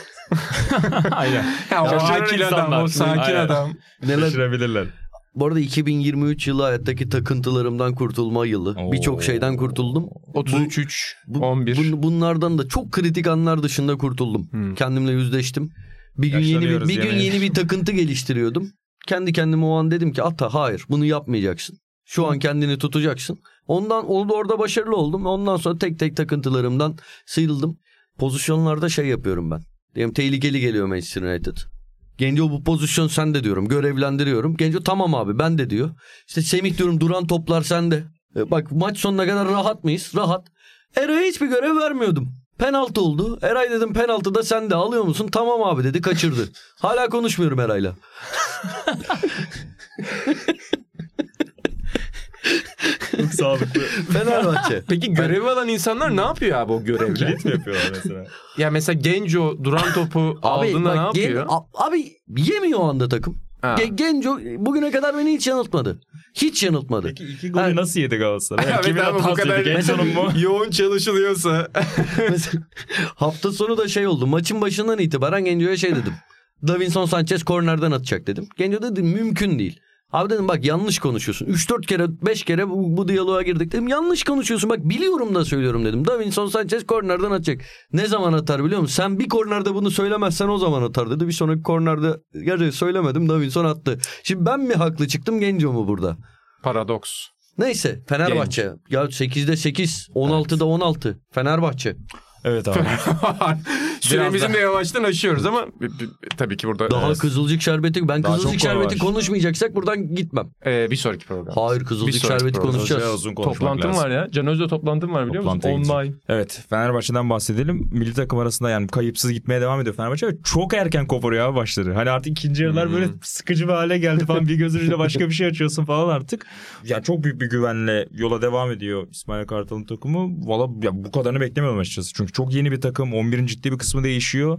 Aynen. Ya, o Şaşıran sakin adam, insanlar. o sakin Aynen. adam. Neler, Şaşırabilirler. bu arada iki bin yirmi üç yılı hayattaki takıntılarımdan kurtulma yılı. Oo. Birçok şeyden kurtuldum. otuz üç üç Bu- on bir. bun- bunlardan da çok kritik anlar dışında kurtuldum. Hmm. Kendimle yüzleştim. Bir gün yeni bir, Yaşlanıyoruz bir gün yine. yeni bir takıntı geliştiriyordum. Kendi kendime o an dedim ki ata hayır bunu yapmayacaksın. Şu an kendini tutacaksın. Ondan oldu orada başarılı oldum. Ondan sonra tek tek takıntılarımdan sıyrıldım. Pozisyonlarda şey yapıyorum ben. Diyelim tehlikeli geliyor Manchester United. Genco bu pozisyon sende diyorum. Görevlendiriyorum. Genco tamam abi ben de diyor. İşte Semih diyorum duran toplar sende. E, bak maç sonuna kadar rahat mıyız? Rahat. Eray'a hiçbir görev vermiyordum. Penaltı oldu. Eray dedim penaltı da sen de alıyor musun? Tamam abi dedi kaçırdı. Hala konuşmuyorum Eray'la. Çok sağlıklı. Fenerbahçe. Peki görevi alan insanlar ne yapıyor abi o görevle? Kilit mi yapıyorlar mesela? Ya mesela Genco duran topu aldığında ne bak, gen- yapıyor? a- abi yemiyor o anda takım. Ha. Ge- Genco bugüne kadar beni hiç yanıltmadı. Hiç yanıltmadı. Peki iki golü Ha. nasıl yedi Galatasaray? Yani Evet kimin abi, bu hatasıydı? kadar Genco'nun mu? yoğun çalışılıyorsa. Mesela hafta sonu da şey oldu. Maçın başından itibaren Genco'ya şey dedim. Davinson Sanchez kornerden atacak dedim. Genco dedi mümkün değil. Abi dedim bak yanlış konuşuyorsun. üç dört kere beş kere bu, bu diyaloğa girdik dedim. Yanlış konuşuyorsun bak biliyorum da söylüyorum dedim. Davinson Sanchez kornerden atacak. Ne zaman atar biliyor musun? Sen bir kornerde bunu söylemezsen o zaman atar dedi. Bir sonraki kornerde gerçekten söylemedim Davinson attı. Şimdi ben mi haklı çıktım Genco mu burada? Paradoks. Neyse Fenerbahçe. Ya sekizde sekiz, on altıda on altı. Fenerbahçe. Evet abi. Süremizin de yavaştan aşıyoruz ama b- b- tabii ki burada Daha e, Kızılcık Şerbeti. Ben Daha Kızılcık çok konu Şerbeti var. konuşmayacaksak buradan gitmem. e, bir sonraki program. Hayır Bir Kızılcık sonraki Şerbeti program. konuşacağız. Hocaya uzun konuşmak Toplantım lazım. var ya. Can Öz'de toplantım var biliyor musun? Toplantıya gidecek. Online. Evet Fenerbahçe'den bahsedelim. Milli takım arasında yani kayıpsız gitmeye devam ediyor Fenerbahçe. Ve çok erken koparıyor abi başları. Hani artık ikinci yarılar Hmm. böyle sıkıcı bir hale geldi falan. Bir gözünle başka bir şey açıyorsun falan artık. Yani çok büyük bir güvenle yola devam ediyor İsmail Kartal'ın takımı. Valla ya bu kadarını beklemiyordum açıkçası. Çünkü Çünkü çok yeni bir takım. on birin ciddi bir kısmı değişiyor.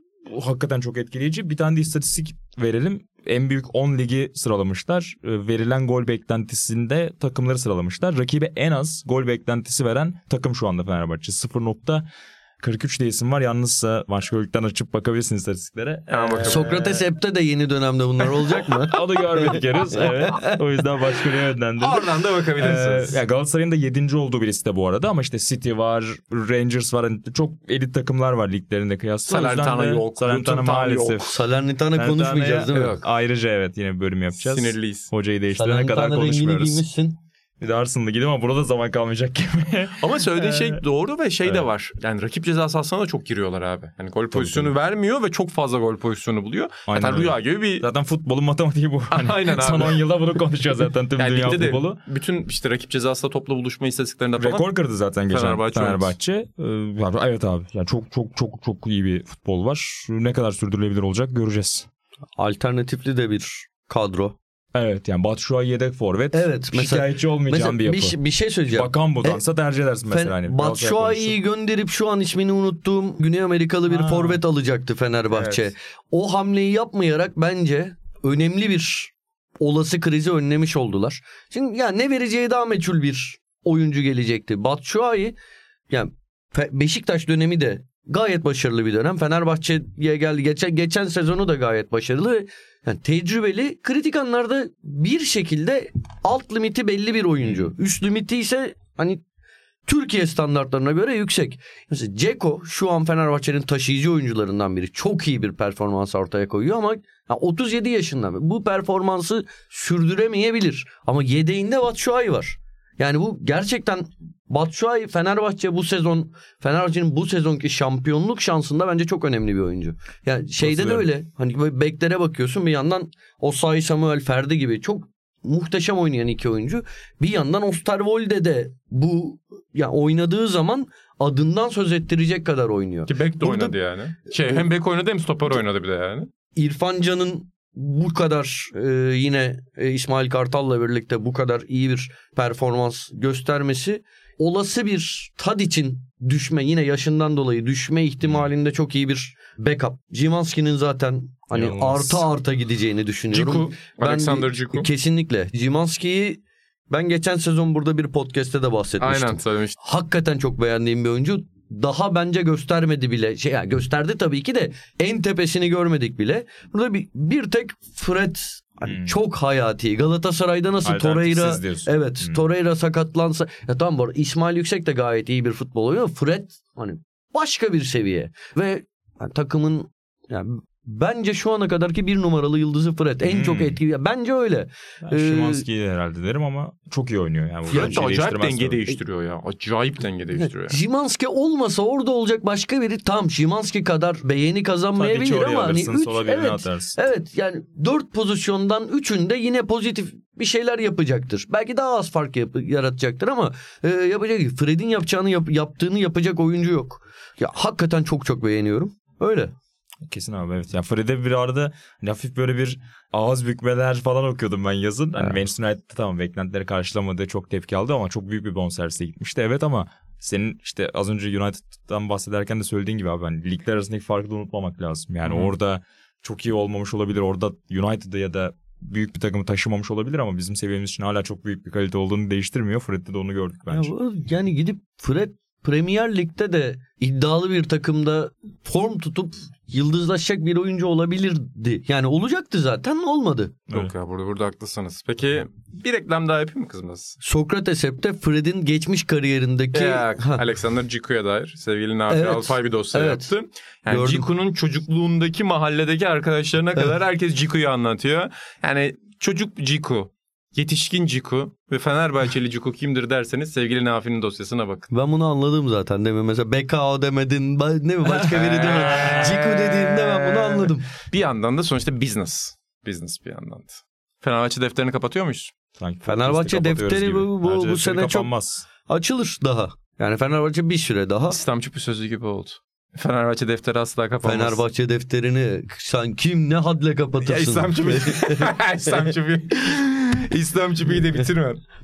O hakikaten çok etkileyici. Bir tane de istatistik verelim. En büyük on ligi sıralamışlar. Verilen gol beklentisinde takımları sıralamışlar. Rakibe en az gol beklentisi veren takım şu anda Fenerbahçe. sıfır nokta kırk üç diye isim var. Yalnızsa Maçkolik'ten açıp bakabilirsiniz istatistiklere. Ee, Sokrates App'te de yeni dönemde bunlar olacak mı? Onu görmedik henüz. Evet. O yüzden Maçkolik'e yönlendirdim. Oradan da bakabilirsiniz. Ee, ya Galatasaray'ın da yedinci olduğu bir liste bu arada. Ama işte City var, Rangers var. Yani çok elit takımlar var liglerinde kıyasla. Salernitana yok. Salernitana maalesef. Salernitana konuşmayacağız değil mi? Yok. Ayrıca evet yine bir bölüm yapacağız. Sinirliyiz. Hocayı değiştirene kadar Salernitana rengini konuşmuyoruz. giymişsin. Bir de Arsenal'da gidiyor ama burada zaman kalmayacak gibi. Ama söylediği şey doğru ve şey Evet. de var. Yani rakip ceza sahasına da çok giriyorlar abi. Hani gol pozisyonu tabii. vermiyor ve çok fazla gol pozisyonu buluyor. Aynen Zaten öyle. rüya gibi bir... Zaten futbolun matematiği bu. Hani Aynen abi. son on yılda bunu konuşuyoruz zaten tüm Yani dünya ligde de futbolu. bütün işte rakip cezasında topla buluşma istatistiklerinde falan. Rekor kırdı zaten geçen Fenerbahçe Fenerbahçe. Ee, yani evet abi. Yani çok çok çok çok iyi bir futbol var. Ne kadar sürdürülebilir olacak göreceğiz. Alternatifli de bir kadro. Evet yani Batshuayi yedek forvet. Evet, mesela- şikayetçi olmayacağın Mesela bir yapı. bir, şey- bir şey söyleyeceğim. Bakan budansa tercih edersin mesela. Fen- Hani. Batshuayi'yi gönderip şu an ismini unuttuğum Güney Amerikalı bir Ha. forvet alacaktı Fenerbahçe. Evet. O hamleyi yapmayarak bence önemli bir olası krizi önlemiş oldular. Şimdi ya ne vereceği daha meçhul bir oyuncu gelecekti. Batshuayi yani Fe- Beşiktaş dönemi de gayet başarılı bir dönem. Fenerbahçe'ye geldi. Geçen, geçen sezonu da gayet başarılı. Yani tecrübeli, kritik anlarda bir şekilde alt limiti belli bir oyuncu. Üst limiti ise hani Türkiye standartlarına göre yüksek. Mesela Dzeko şu an Fenerbahçe'nin taşıyıcı oyuncularından biri. Çok iyi bir performans ortaya koyuyor ama ya otuz yedi yaşında. Bu performansı sürdüremeyebilir. Ama yedeğinde Batshuayi var. Yani bu gerçekten Batshuayi Fenerbahçe bu sezon Fenerbahçe'nin bu sezonki şampiyonluk şansında bence çok önemli bir oyuncu. Yani şeyde de öyle. Hani böyle beklere bakıyorsun bir yandan Osayi Samuel Ferdi gibi çok muhteşem oynayan iki oyuncu. Bir yandan Osterwolde de bu yani oynadığı zaman adından söz ettirecek kadar oynuyor. Ki bek de Burada- oynadı yani. Şey hem bek oynadı hem stoper oynadı bir de yani. İrfan Can'ın bu kadar e, yine e, İsmail Kartal'la birlikte bu kadar iyi bir performans göstermesi olası bir Tadic'in düşme yine yaşından dolayı düşme ihtimalinde çok iyi bir backup. Szymański'nin zaten hani İnanılmaz. arta arta gideceğini düşünüyorum. Ciku, Ben- Alexander Ciku. Kesinlikle. Szymański'yi ben geçen sezon burada bir podcast'te de bahsetmiştim. Aynen söylemiştim. Hakikaten çok beğendiğim bir oyuncu. Daha bence göstermedi bile. Şey yani gösterdi tabii ki de en tepesini görmedik bile. Burada bir, bir tek Fred hani Hmm. çok hayati. Galatasaray'da nasıl Alternatifsiz Torreira diyorsun. evet Hmm. Torreira sakatlansa ya tamam bu arada İsmail Yüksek de gayet iyi bir futbol oynuyor. Fred hani başka bir seviye ve yani takımın yani bence şu ana kadarki bir numaralı yıldızı Fred. En Hmm. çok etkili. Bence öyle. Ben Szymański'yi herhalde derim ama çok iyi oynuyor. Yani Fiyat bir da şey acayip değiştirmez denge tabii. değiştiriyor ya. Acayip denge değiştiriyor yani. Szymański olmasa orada olacak başka biri tam Szymański kadar beğeni Tadic'i kazanmayabilir oraya ama hani alırsın, üç, sola birini evet, atarsın. evet yani dört pozisyondan üçünde yine pozitif bir şeyler yapacaktır. Belki daha az fark yap- yaratacaktır ama e, yapacak. Fred'in yapacağını yap- yaptığını yapacak oyuncu yok. Ya hakikaten çok çok beğeniyorum. Öyle. Kesin abi evet. Ya Fred'e bir arada hani hafif böyle bir ağız bükmeler falan okuyordum ben yazın. Hani Evet. Manchester United'da tamam beklentileri karşılamadı, çok tepki aldı ama çok büyük bir bonservise gitmişti. Evet ama senin işte az önce United'dan bahsederken de söylediğin gibi abi hani ligler arasındaki farkı da unutmamak lazım. Yani Hı-hı. orada çok iyi olmamış olabilir. Orada United'da ya da büyük bir takımı taşımamış olabilir ama bizim seviyemiz için hala çok büyük bir kalite olduğunu değiştirmiyor. Fred'de de onu gördük bence. Ya, bu- yani gidip Fred Premier Lig'de de iddialı bir takımda form tutup yıldızlaşacak bir oyuncu olabilirdi. Yani olacaktı zaten olmadı. Yok ya burada burada haklısınız. Peki bir reklam daha yapayım mı kızımız? Sokrates App'te Fred'in geçmiş kariyerindeki Ya, Ha, Alexander Ciku'ya dair sevgili Nafi Evet. Alpay bir dosya Evet. yaptı. Yani Gördüm. Ciku'nun çocukluğundaki mahalledeki arkadaşlarına kadar herkes Ciku'yu anlatıyor. Yani çocuk Ciku, yetişkin Ciku ve Fenerbahçeli Ciku kimdir derseniz sevgili Nafi'nin dosyasına bakın. ben bunu anladım zaten değil mi? Mesela B K O demedin, ba- ne mi başka biri demedin. Ciku dediğinde ben bunu anladım. Bir yandan da sonuçta business. Business bir yandan da. Fenerbahçe defterini kapatıyor muyuz? Sanki Fenerbahçe kapatıyoruz defteri gibi. bu- bu- Bence bu defteri sene çok- kapanmaz. Açılır daha. Yani Fenerbahçe bir süre daha. İslamcı bir sözü gibi oldu. Fenerbahçe defteri asla kapanmaz. Fenerbahçe defterini sen kim ne hadle kapatırsın? Ya İslamcı bir... İslamcı bir... İslamcı bir de bitirme. Ne?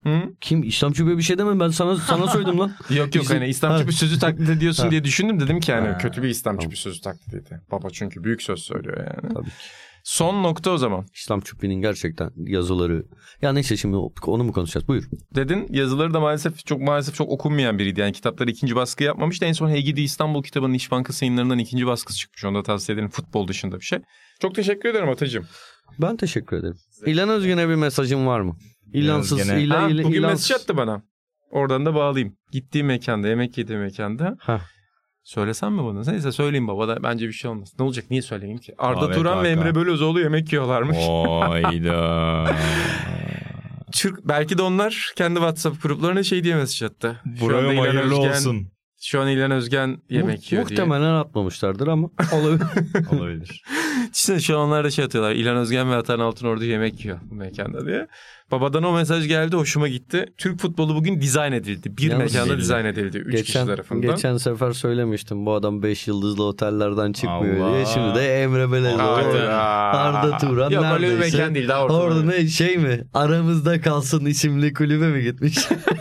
Hı? Kim? İslam Çubuğu bir şey demem, ben sana sana söyledim lan. Yok yok Bizim- hani İslam Çubuğu sözü taklit ediyorsun Ha. diye düşündüm. Dedim ki hani Ha. kötü bir İslam Tamam. Çubuğu sözü taklidiydi. Baba çünkü büyük söz söylüyor yani. Tabii ki. Son nokta o zaman. İslam Çubuğu'nun gerçekten yazıları. Ya neyse şimdi onu mu konuşacağız? Buyur. Dedin yazıları da maalesef çok maalesef çok okunmayan biriydi. Yani kitapları ikinci baskı yapmamıştı. En son Heygidi İstanbul kitabının İş Bankası yayınlarından ikinci baskısı çıkmış. Onu da tavsiye ederim, futbol dışında bir şey. Çok teşekkür ederim Atacığım. Ben teşekkür ederim. İlhan Özgen'e bir mesajın var mı? İlansız. Özgen'e- İla, Ha, İla- bugün ilansız. mesaj attı bana. Oradan da bağlayayım. Gittiği mekanda, yemek yediği mekanda. Heh. Söylesem mi bunu? Neyse söyleyeyim baba da bence bir şey olmaz. Ne olacak? Niye söyleyeyim ki? Arda Evet, Turan ve Hakan. Emre Belözoğlu yemek yiyorlarmış. Oyda. Çırk, belki de onlar kendi WhatsApp gruplarına şey diye mesaj attı. Şu anda Buraya İlhan hayırlı Özgen, olsun. Şu an İlhan Özgen yemek Mu- yiyor diye. Muhtemelen atmamışlardır ama olabilir. Olabilir. İşte şu an onlar da şey atıyorlar. İlhan Özgen ve Atan Altınordu yemek yiyor bu mekanda diye. Babadan o mesaj geldi, hoşuma gitti. Türk futbolu bugün dizayn edildi. Bir Yalnız mekanda belli. dizayn edildi. Üç kişi geçen, tarafından. geçen sefer söylemiştim bu adam beş yıldızlı otellerden çıkmıyor Allah. diye. Şimdi de Emre Belözoğlu. Hayda. Arda Turan Yok öyle bir neredeyse. mekan değil daha ortada. Orada ne şey mi? Aramızda kalsın isimli kulübe mi gitmiş?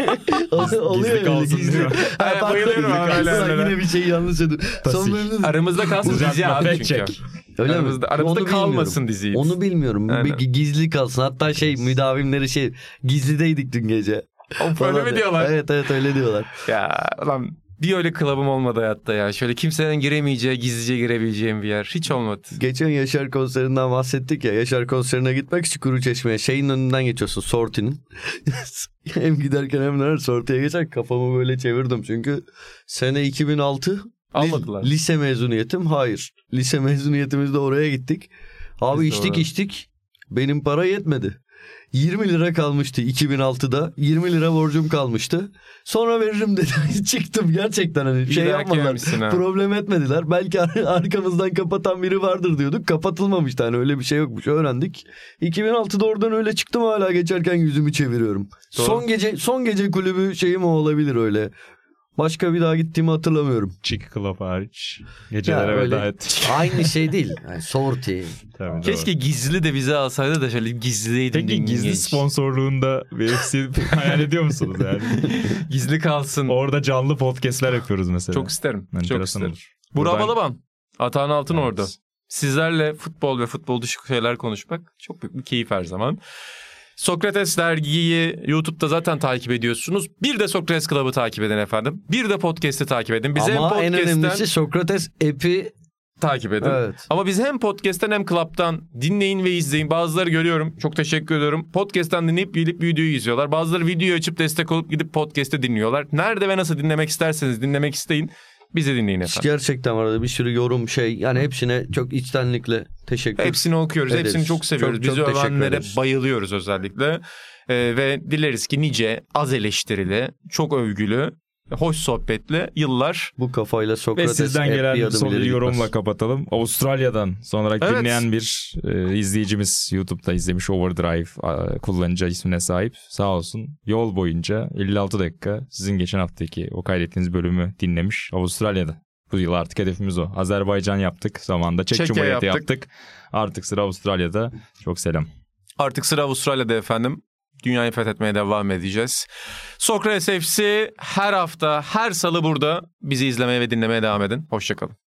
O- Oluyor öyle, kalsın gizli. diyor. Ha, Ay, pardon, bayılıyorum gizli abi, kalsın. öyle öyle. Yine bir şey yanlış dedim. Son bölümde- Aramızda kalsın Uzatma, dizi abi fact çünkü. check. Öyle mi? aramızda aramızda Onu kalmasın bilmiyorum. diziyi. Onu bilmiyorum. Aynen. Bir gizli kalsın. Hatta şey müdavimleri şey gizlideydik dün gece. O öyle Falan mi diye. diyorlar? Evet evet öyle diyorlar. Ya lan bir öyle klubum olmadı hayatta ya. Şöyle kimsenin giremeyeceği, gizlice girebileceğim bir yer. Hiç olmadı. Geçen Yaşar konserinden bahsettik ya. Yaşar konserine gitmek için Kuruçeşme'ye şeyin önünden geçiyorsun. Sorti'nin. Hem giderken hem döner Sorti'ye geçer. Kafamı böyle çevirdim. Çünkü sene iki bin altı Almadılar. Li- lise mezuniyetim. Hayır. Lise mezuniyetimizde oraya gittik. Abi Biz de içtik oraya. içtik. Benim para yetmedi. yirmi lira kalmıştı iki bin altıda. yirmi lira borcum kalmıştı. Sonra veririm dedi. Çıktım gerçekten hani Bir şey dayak yapmadılar. yememişsin ha. Problem etmediler. Belki ar- arkamızdan kapatan biri vardır diyorduk. Kapatılmamıştı hani öyle bir şey yokmuş. Öğrendik. iki bin altıda oradan öyle çıktım hala geçerken yüzümü çeviriyorum. Doğru. Son gece son gece kulübü şeyim o olabilir öyle. Başka bir daha gittiğimi hatırlamıyorum. Chick Club hariç. Gecelere Ya öyle- veda et. Aynı şey değil. Yani sorti. Tabii, Keşke gizli de bize alsaydı da şöyle gizliydim. Peki gizli sponsorluğunda V F C hayal ediyor musunuz yani? Gizli kalsın. Orada canlı podcastler yapıyoruz mesela. Çok isterim. Çok Enteresan isterim. olur. Burak Buradan- Balaban. Atahan Altınordu. Evet. Sizlerle futbol ve futbol dışı şeyler konuşmak çok büyük bir keyif her zaman. Sokrates dergiyi YouTube'da zaten takip ediyorsunuz. Bir de Sokrates Club'ı takip edin efendim. Bir de podcast'i takip edin. Bizi Ama hem en podcast'ten önemlisi Sokrates app'i. takip edin. Evet. Ama biz hem podcast'ten hem Club'dan dinleyin ve izleyin. Bazıları görüyorum. Çok teşekkür ediyorum. Podcast'ten dinleyip gelip videoyu izliyorlar. Bazıları videoyu açıp destek olup gidip podcast'te dinliyorlar. Nerede ve nasıl dinlemek isterseniz dinlemek isteyin. Bizi dinleyin efendim. Gerçekten var arada bir sürü yorum şey. Yani hepsine çok içtenlikle teşekkür. Hepsini okuyoruz. ederiz. Hepsini çok seviyoruz. Çok- çok Bizi teşekkür övenlere ederiz. bayılıyoruz özellikle. Ee, ve dileriz ki nice, az eleştirili, çok övgülü, hoş sohbetli yıllar. Bu kafayla Ve Sokrates sizden app bir gelen adım son bir ileri yorumla gitmez. kapatalım. Avustralya'dan sonra Evet. dinleyen bir e, izleyicimiz YouTube'da izlemiş Overdrive e, kullanıcı ismine sahip. Sağ olsun yol boyunca elli altı dakika sizin geçen haftaki o kaydettiğiniz bölümü dinlemiş Avustralya'da. Bu yıl artık hedefimiz o. Azerbaycan yaptık. Zamanında Çek Çekya Cumhuriyeti yaptık. yaptık. Artık sıra Avustralya'da. Çok selam. Artık sıra Avustralya'da efendim. Dünyayı fethetmeye devam edeceğiz. Sokrates F C her hafta, her salı burada. Bizi izlemeye ve dinlemeye devam edin. Hoşçakalın.